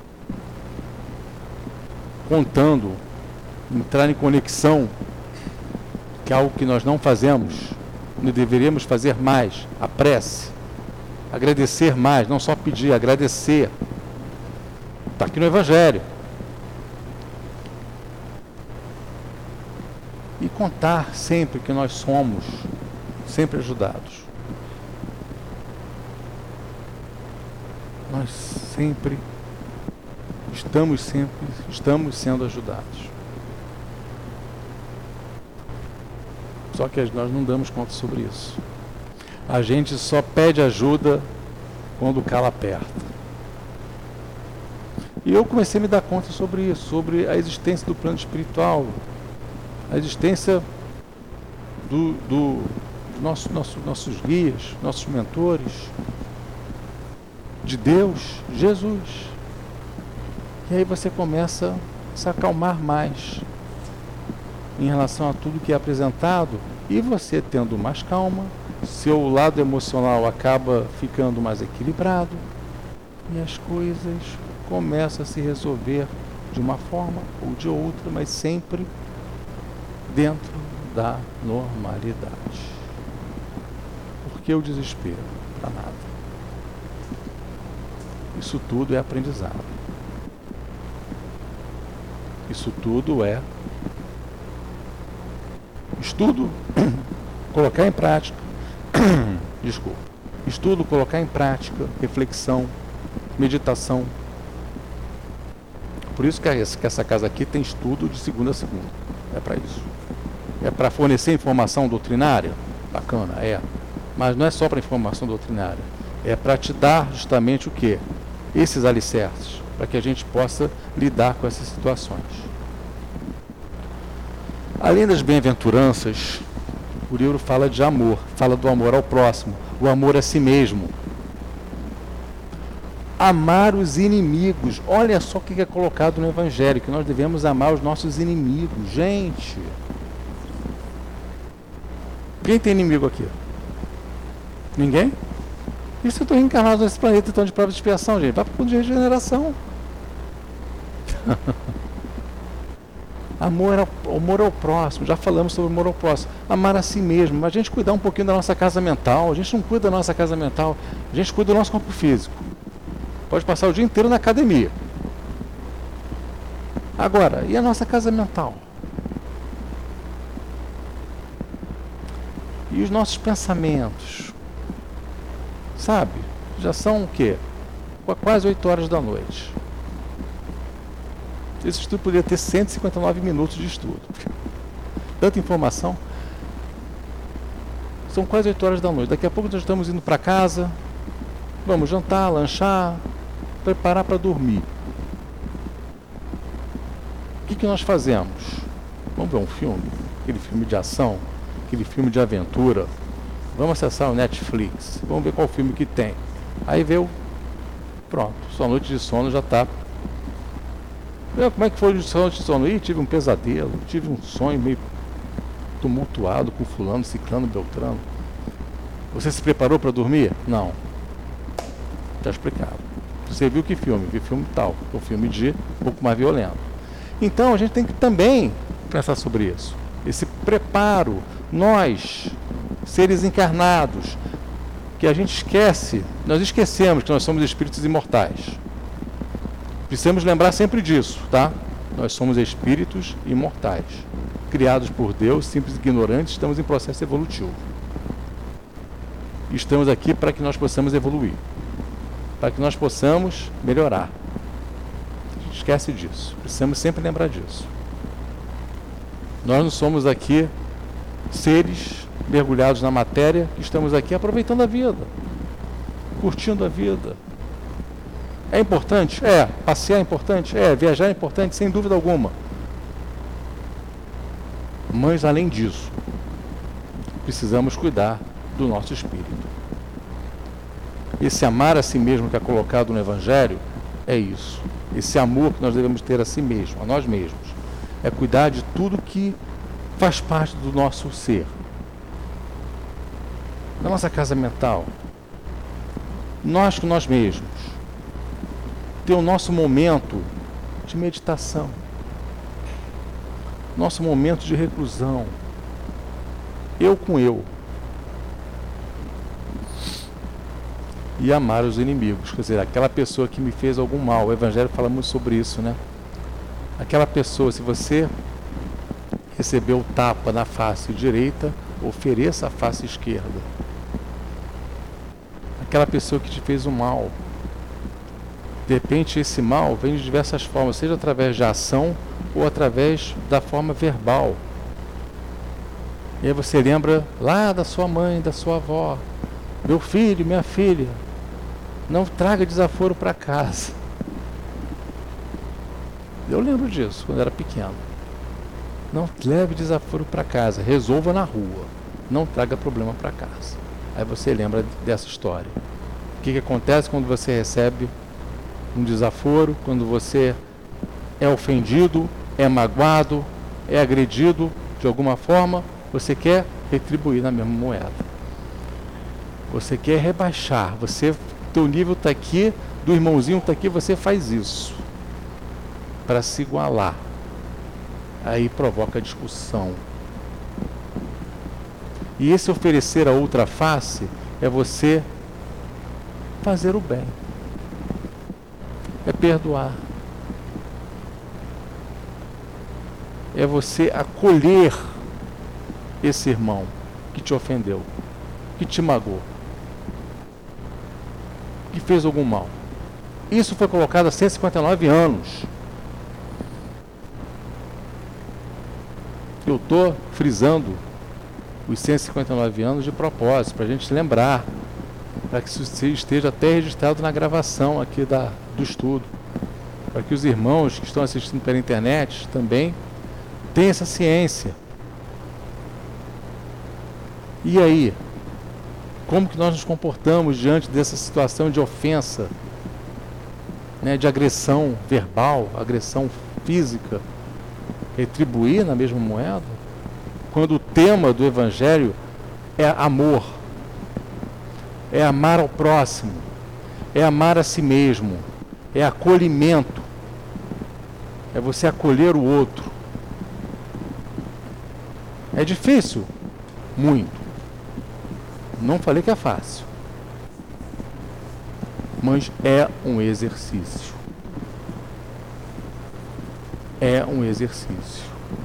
Contando, entrar em conexão, que é algo que nós não fazemos, nós deveríamos fazer mais, a prece, agradecer mais, não só pedir, agradecer. Está aqui no Evangelho. E contar sempre que nós somos sempre ajudados. Nós sempre estamos sendo ajudados. Só que nós não damos conta sobre isso. A gente só pede ajuda quando o calo aperta. E eu comecei a me dar conta sobre isso, sobre a existência do plano espiritual, a existência nossos guias, nossos mentores, de Deus, Jesus. E aí você começa a se acalmar mais em relação a tudo que é apresentado, e você tendo mais calma, seu lado emocional acaba ficando mais equilibrado e as coisas começam a se resolver de uma forma ou de outra, mas sempre dentro da normalidade. Por que o desespero? Para nada. Isso tudo é aprendizado. Isso tudo é estudo, colocar em prática, estudo, colocar em prática, reflexão, meditação. Por isso que essa casa aqui tem estudo de segunda a segunda. É para isso. É para fornecer informação doutrinária? Bacana, é. Mas não é só para informação doutrinária. É para te dar justamente o quê? Esses alicerces, para que a gente possa lidar com essas situações. Além das bem-aventuranças, o livro fala de amor, fala do amor ao próximo, o amor a si mesmo. Amar os inimigos. Olha só o que é colocado no Evangelho, que nós devemos amar os nossos inimigos. Gente, quem tem inimigo aqui? Ninguém? E se eu estou reencarnado nesse planeta então de prova de expiação, gente? Vai para o ponto de regeneração. Amor ao próximo, já falamos sobre amor ao próximo. Amar a si mesmo, mas a gente cuidar um pouquinho da nossa casa mental. A gente não cuida da nossa casa mental, a gente cuida do nosso corpo físico. Pode passar o dia inteiro na academia. Agora, e a nossa casa mental? E os nossos pensamentos? Sabe? Já são o quê? Quase 8 horas da noite. Esse estudo poderia ter 159 minutos de estudo. Tanta informação. São quase 8 horas da noite. Daqui a pouco nós estamos indo para casa. Vamos jantar, lanchar, preparar para dormir. O que nós fazemos? Vamos ver um filme? Aquele filme de ação? Aquele filme de aventura? Vamos acessar o Netflix. Vamos ver qual filme que tem. Aí vê o... Pronto, sua noite de sono já está... Como é que foi a noite de sono? Ih, tive um pesadelo, tive um sonho meio tumultuado com fulano, ciclano, beltrano. Você se preparou para dormir? Não. Já explicado. Você viu que filme? Vi filme tal. Um filme de um pouco mais violento. Então a gente tem que também pensar sobre isso. Esse preparo. Nós, seres encarnados, que a gente esquece, nós esquecemos que nós somos espíritos imortais. Precisamos lembrar sempre disso, tá? Nós somos espíritos imortais, criados por Deus, simples e ignorantes, estamos em processo evolutivo. Estamos aqui para que nós possamos evoluir, para que nós possamos melhorar. A gente esquece disso, precisamos sempre lembrar disso. Nós não somos aqui seres mergulhados na matéria, que estamos aqui aproveitando a vida, curtindo a vida. É importante? É. Passear é importante? É. Viajar é importante? Sem dúvida alguma. Mas, além disso, precisamos cuidar do nosso espírito. Esse amar a si mesmo que é colocado no Evangelho é isso. Esse amor que nós devemos ter a si mesmo, a nós mesmos. É cuidar de tudo que faz parte do nosso ser. Da nossa casa mental. Nós com nós mesmos. Ter o nosso momento de meditação, nosso momento de reclusão, eu com eu, e amar os inimigos, quer dizer, aquela pessoa que me fez algum mal. O Evangelho fala muito sobre isso, né? Aquela pessoa, se você recebeu o tapa na face direita, ofereça a face esquerda. Aquela pessoa que te fez o mal, de repente esse mal vem de diversas formas, seja através de ação ou através da forma verbal. E aí você lembra lá da sua mãe, da sua avó. Meu filho, minha filha, não traga desaforo para casa. Eu lembro disso quando era pequeno. Não leve desaforo para casa, resolva na rua. Não traga problema para casa. Aí você lembra dessa história. O que acontece quando você recebe um desaforo, quando você é ofendido, é magoado, é agredido de alguma forma, você quer retribuir na mesma moeda. Você quer rebaixar, teu nível está aqui, do irmãozinho está aqui, você faz isso para se igualar. Aí provoca discussão. E esse oferecer a outra face é você fazer o bem. É perdoar. É você acolher esse irmão que te ofendeu, que te magoou, que fez algum mal. Isso foi colocado há 159 anos. Eu estou frisando os 159 anos de propósito, para a gente lembrar, para que isso esteja até registrado na gravação aqui do estudo, para que os irmãos que estão assistindo pela internet também tenham essa ciência. E aí, como que nós nos comportamos diante dessa situação de ofensa, né, de agressão verbal, agressão física, retribuir na mesma moeda, quando o tema do Evangelho é amor, é amar ao próximo, é amar a si mesmo, é acolhimento, é você acolher o outro. É difícil? Muito. Não falei que é fácil, mas é um exercício. É um exercício.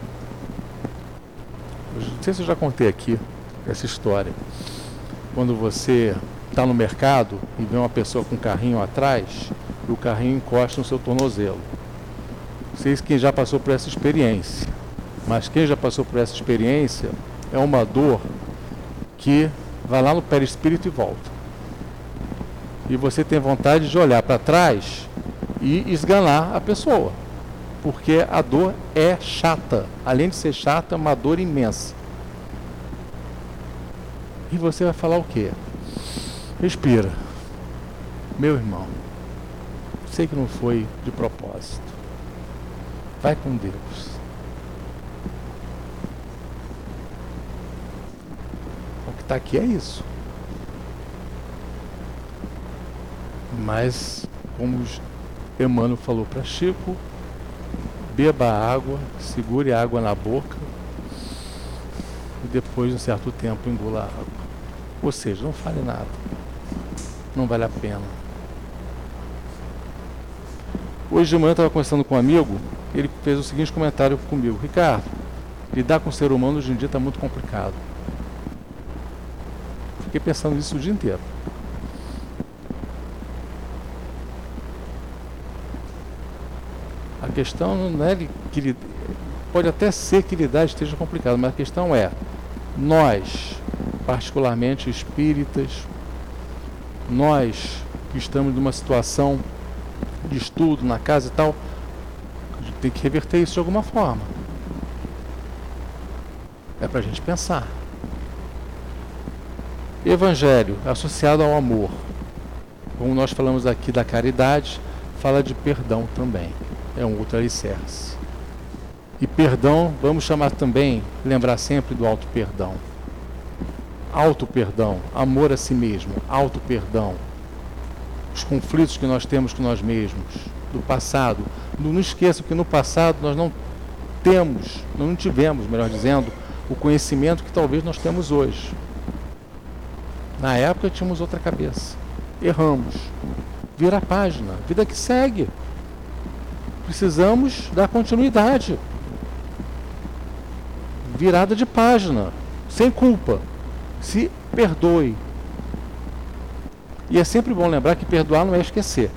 Não sei se eu já contei aqui essa história. Quando você está no mercado e vê uma pessoa com um carrinho atrás e o carrinho encosta no seu tornozelo. Não sei se quem já passou por essa experiência, mas quem já passou por essa experiência é uma dor que vai lá no perispírito e volta. E você tem vontade de olhar para trás e esganar a pessoa, porque a dor é chata. Além de ser chata, é uma dor imensa. E você vai falar o quê? Respira. Meu irmão, sei que não foi de propósito. Vai com Deus. O que está aqui é isso. Mas, como Emmanuel falou para Chico, beba água, segure a água na boca e depois de um certo tempo engula a água. Ou seja, não fale nada. Não vale a pena. Hoje de manhã eu estava conversando com um amigo, ele fez o seguinte comentário comigo: Ricardo, lidar com o ser humano hoje em dia está muito complicado. Fiquei pensando nisso o dia inteiro. A questão não é que pode até ser que lidar esteja complicado, mas a questão é, nós, particularmente espíritas, nós que estamos numa situação de estudo na casa e tal, a gente tem que reverter isso de alguma forma. É para a gente pensar. Evangelho associado ao amor, como nós falamos aqui da caridade, fala de perdão também. É um outro alicerce. E perdão, vamos chamar também, lembrar sempre do auto-perdão. Auto-perdão, amor a si mesmo, auto-perdão. Os conflitos que nós temos com nós mesmos, do passado. Não esqueça que no passado nós não tivemos, melhor dizendo, o conhecimento que talvez nós temos hoje. Na época tínhamos outra cabeça. Erramos. Vira a página, vida que segue. Precisamos dar continuidade. Virada de página, sem culpa. Se perdoe. E é sempre bom lembrar que perdoar não é esquecer.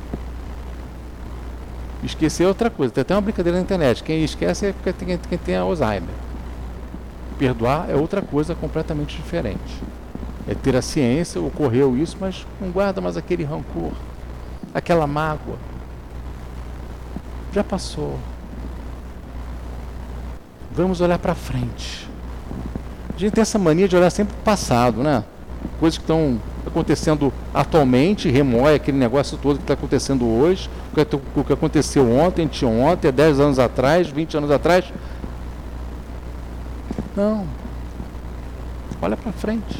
Esquecer é outra coisa. Tem até uma brincadeira na internet. Quem esquece é quem tem Alzheimer. Perdoar é outra coisa completamente diferente. É ter a ciência, ocorreu isso, mas não guarda mais aquele rancor, aquela mágoa. Já passou. Vamos olhar para frente. A gente tem essa mania de olhar sempre para o passado, né? Coisas que estão acontecendo atualmente, remoe aquele negócio todo que está acontecendo hoje, o que aconteceu ontem, anteontem, 10 anos atrás, 20 anos atrás. Não. Olha para frente.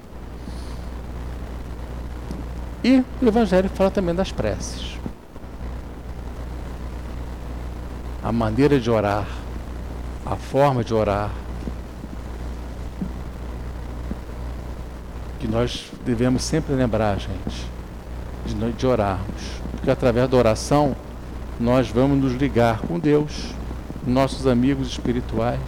E o Evangelho fala também das preces. A maneira de orar, a forma de orar, que nós devemos sempre lembrar, gente, de orarmos. Porque através da oração nós vamos nos ligar com Deus, nossos amigos espirituais.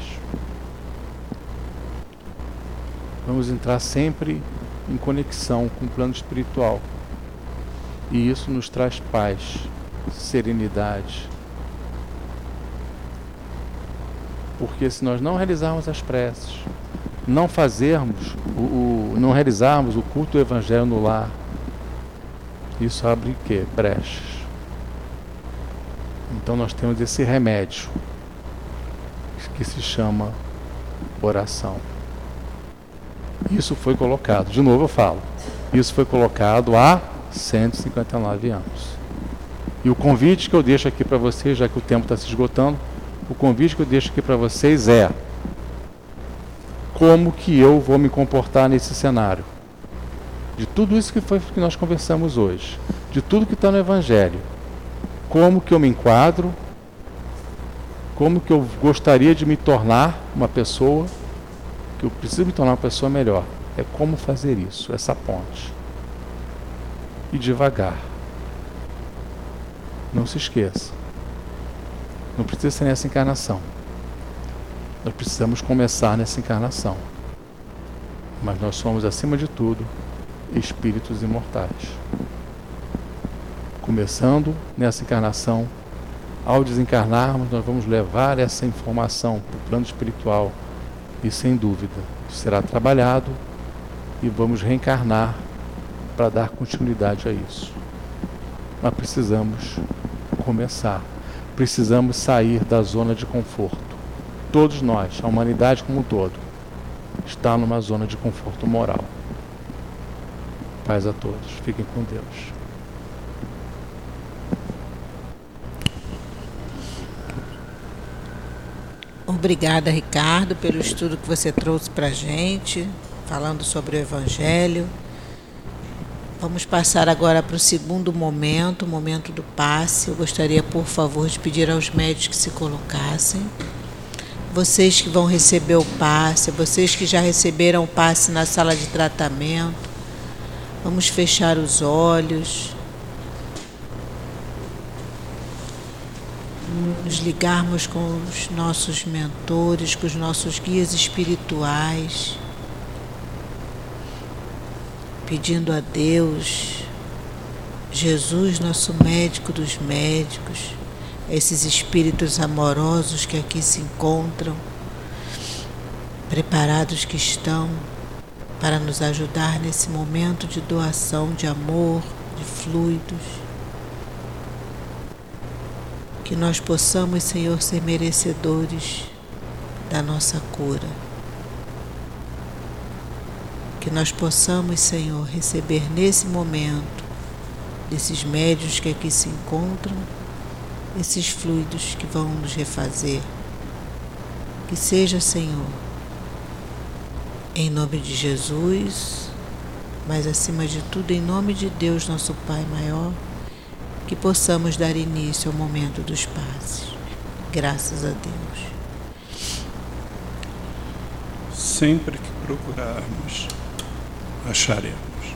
Vamos entrar sempre em conexão com o plano espiritual. E isso nos traz paz, serenidade. Porque se nós não realizarmos as preces, não fazermos, não realizarmos o culto do Evangelho no lar, isso abre o quê? Brechas. Então nós temos esse remédio que se chama oração. Isso foi colocado, de novo eu falo, isso foi colocado há 159 anos. E o convite que eu deixo aqui para vocês, já que o tempo está se esgotando, o convite que eu deixo aqui para vocês é: como que eu vou me comportar nesse cenário? De tudo isso que nós conversamos hoje, de tudo que está no Evangelho, como que eu me enquadro, como que eu gostaria de me tornar uma pessoa, que eu preciso me tornar uma pessoa melhor. É como fazer isso, essa ponte. E devagar. Não se esqueça. Não precisa ser nessa encarnação. Nós precisamos começar nessa encarnação. Mas nós somos, acima de tudo, espíritos imortais. Começando nessa encarnação, ao desencarnarmos, nós vamos levar essa informação para o plano espiritual e, sem dúvida, será trabalhado e vamos reencarnar para dar continuidade a isso. Mas precisamos começar. Precisamos sair da zona de conforto. Todos nós, a humanidade como um todo, está numa zona de conforto moral. Paz a todos. Fiquem com Deus. Obrigada, Ricardo, pelo estudo que você trouxe para a gente, falando sobre o Evangelho. Vamos passar agora para o segundo momento, o momento do passe. Eu gostaria, por favor, de pedir aos médios que se colocassem. Vocês que vão receber o passe, vocês que já receberam o passe na sala de tratamento, vamos fechar os olhos, nos ligarmos com os nossos mentores, com os nossos guias espirituais, pedindo a Deus, Jesus, nosso médico dos médicos, esses espíritos amorosos que aqui se encontram, preparados que estão para nos ajudar nesse momento de doação de amor, de fluidos. Que nós possamos, Senhor, ser merecedores da nossa cura. Que nós possamos, Senhor, receber nesse momento, desses médiuns que aqui se encontram, esses fluidos que vão nos refazer. Que seja, Senhor, em nome de Jesus, mas acima de tudo, em nome de Deus, nosso Pai maior, que possamos dar início ao momento dos passes. Graças a Deus. Sempre que procurarmos, acharemos.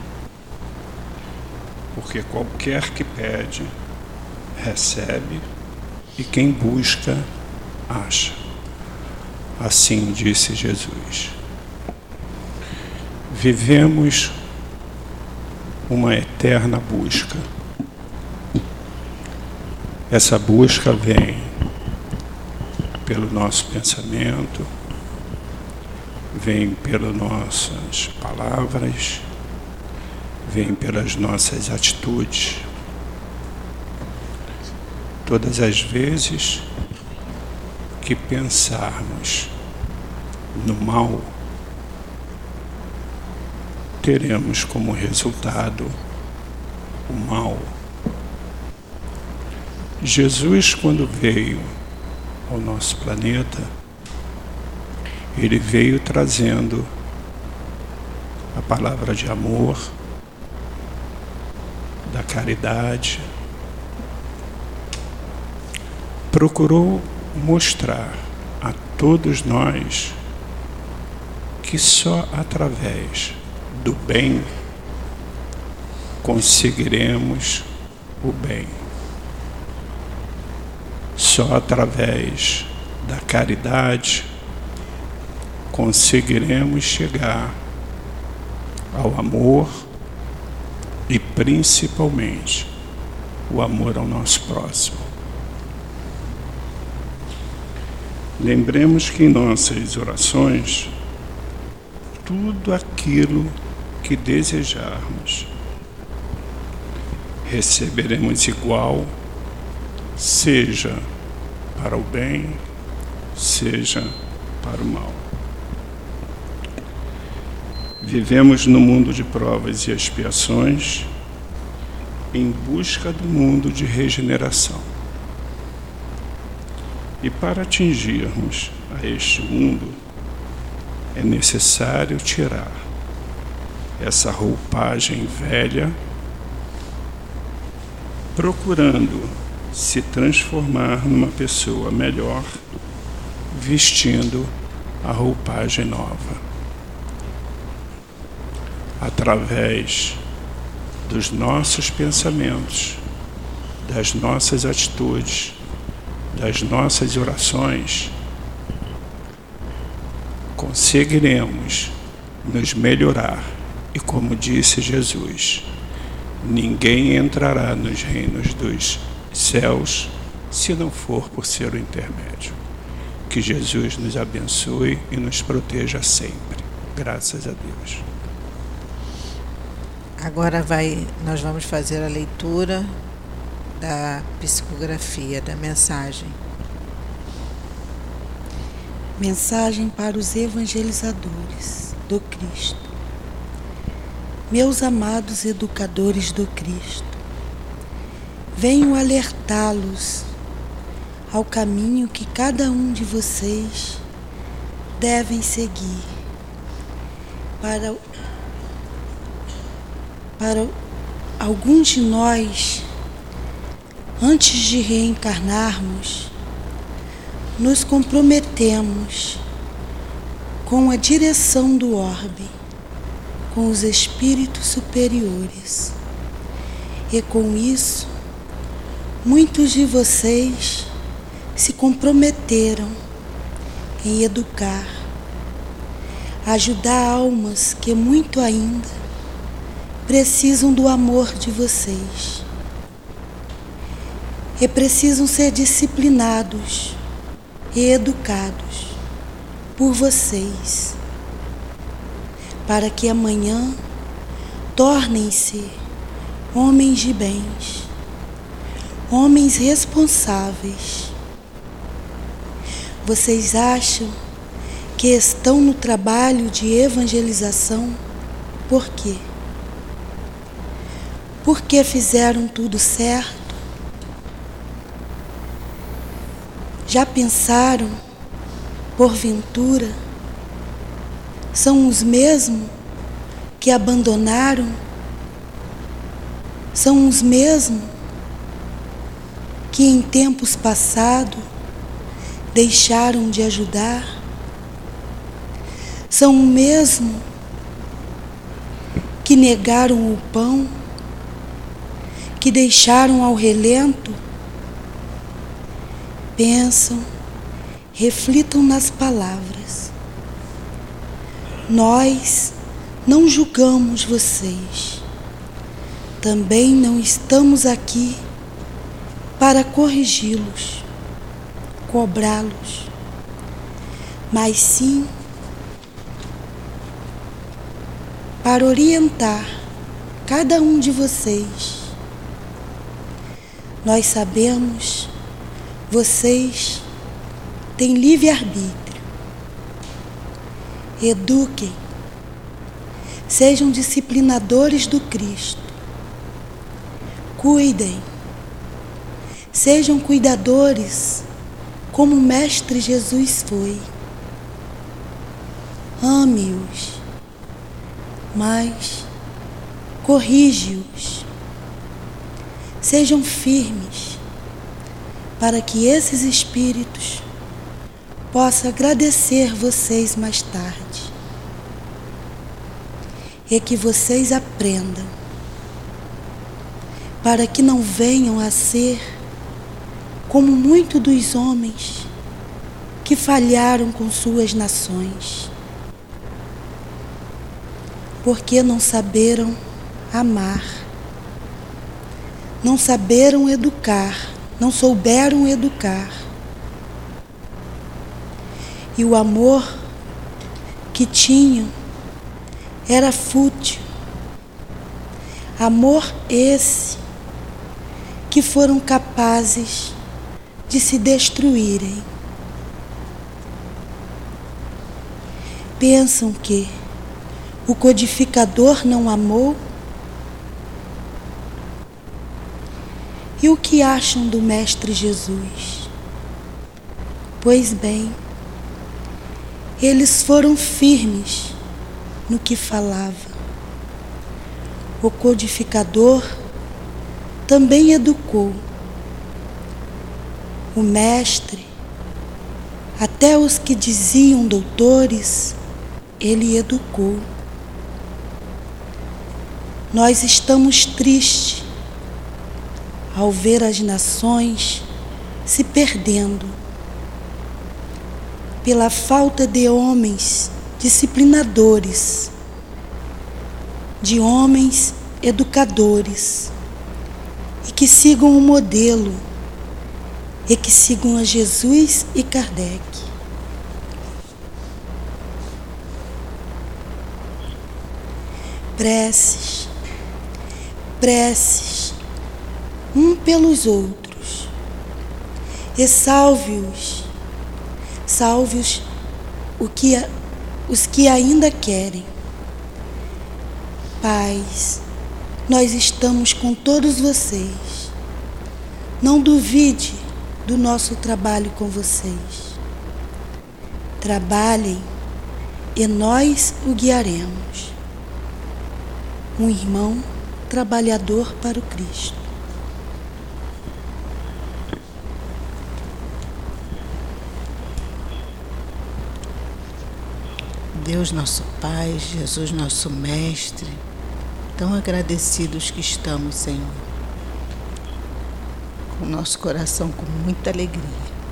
Porque qualquer que pede, recebe, e quem busca, acha. Assim disse Jesus. Vivemos uma eterna busca. Essa busca vem pelo nosso pensamento, vem pelas nossas palavras, vem pelas nossas atitudes. Todas as vezes que pensarmos no mal, teremos como resultado o mal. Jesus, quando veio ao nosso planeta, ele veio trazendo a palavra de amor, da caridade, procurou mostrar a todos nós que só através do bem conseguiremos o bem. Só através da caridade conseguiremos chegar ao amor e principalmente o amor ao nosso próximo. lembremos que em nossas orações, tudo aquilo que desejarmos, receberemos igual, seja para o bem, seja para o mal. Vivemos no mundo de provas e expiações em busca do mundo de regeneração. E para atingirmos a este mundo, é necessário tirar essa roupagem velha, procurando se transformar numa pessoa melhor, vestindo a roupagem nova. Através dos nossos pensamentos, das nossas atitudes, das nossas orações, conseguiremos nos melhorar. E como disse Jesus, ninguém entrará nos reinos dos céus se não for por ser o intermédio. Que Jesus nos abençoe e nos proteja sempre. Graças a Deus. Agora nós vamos fazer a leitura da psicografia, da mensagem. Mensagem para os evangelizadores do Cristo. Meus amados educadores do Cristo, venho alertá-los ao caminho que cada um de vocês devem seguir para alguns de nós, antes de reencarnarmos, nos comprometemos com a direção do orbe, com os espíritos superiores. E com isso, muitos de vocês se comprometeram em educar, ajudar almas que muito ainda precisam do amor de vocês e precisam ser disciplinados e educados por vocês, para que amanhã tornem-se homens de bens, homens responsáveis. Vocês acham que estão no trabalho de evangelização por quê? Porque fizeram tudo certo? Já pensaram, porventura, são os mesmos que abandonaram? São os mesmos que em tempos passados deixaram de ajudar? São os mesmos que negaram o pão, que deixaram ao relento? Pensam, reflitam nas palavras. Nós não julgamos vocês. Também não estamos aqui para corrigi-los, cobrá-los, mas sim para orientar cada um de vocês. Nós sabemos, vocês têm livre-arbítrio. Eduquem, sejam disciplinadores do Cristo. Cuidem, sejam cuidadores como o Mestre Jesus foi. Ame-os, mas corrige-os. Sejam firmes, para que esses espíritos possam agradecer vocês mais tarde. E que vocês aprendam, para que não venham a ser como muitos dos homens que falharam com suas nações, porque não saberam amar, não saberam educar, não souberam educar. E o amor que tinham era fútil. Amor esse que foram capazes de se destruírem. Pensam que o codificador não amou? E o que acham do Mestre Jesus? Pois bem, eles foram firmes no que falava. O codificador também educou. O Mestre, até os que diziam doutores, ele educou. Nós estamos tristes ao ver as nações se perdendo pela falta de homens disciplinadores, de homens educadores, e que sigam o modelo, e que sigam a Jesus e Kardec. Preces, preces, um pelos outros, e salve-os os que ainda querem. Pais, nós estamos com todos vocês. Não duvide do nosso trabalho com vocês. Trabalhem e nós o guiaremos. Um irmão trabalhador para o Cristo. Deus nosso Pai, Jesus nosso Mestre, tão agradecidos que estamos, Senhor, com o nosso coração com muita alegria.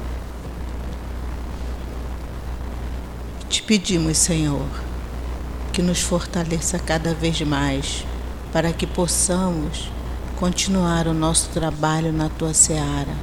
Te pedimos, Senhor, que nos fortaleça cada vez mais para que possamos continuar o nosso trabalho na Tua seara,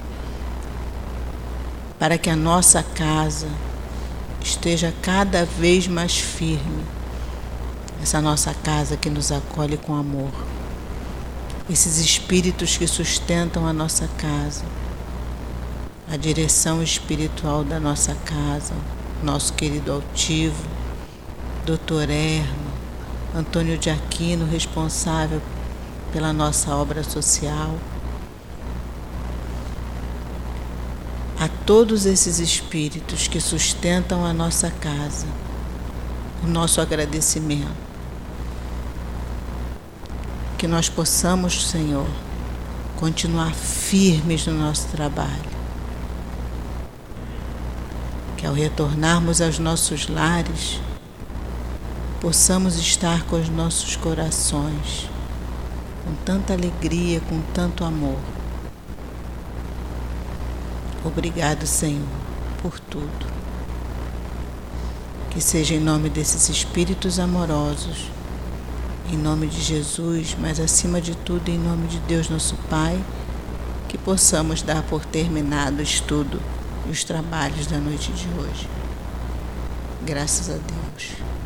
para que a nossa casa esteja cada vez mais firme, essa nossa casa que nos acolhe com amor, esses espíritos que sustentam a nossa casa, a direção espiritual da nossa casa, nosso querido altivo, Dr. Erno, Antônio de Aquino, responsável pela nossa obra social. A todos esses espíritos que sustentam a nossa casa, o nosso agradecimento. Que nós possamos, Senhor, continuar firmes no nosso trabalho. Que ao retornarmos aos nossos lares, possamos estar com os nossos corações com tanta alegria, com tanto amor. Obrigado, Senhor, por tudo. Que seja em nome desses espíritos amorosos, em nome de Jesus, mas acima de tudo em nome de Deus nosso Pai, que possamos dar por terminado o estudo e os trabalhos da noite de hoje. Graças a Deus.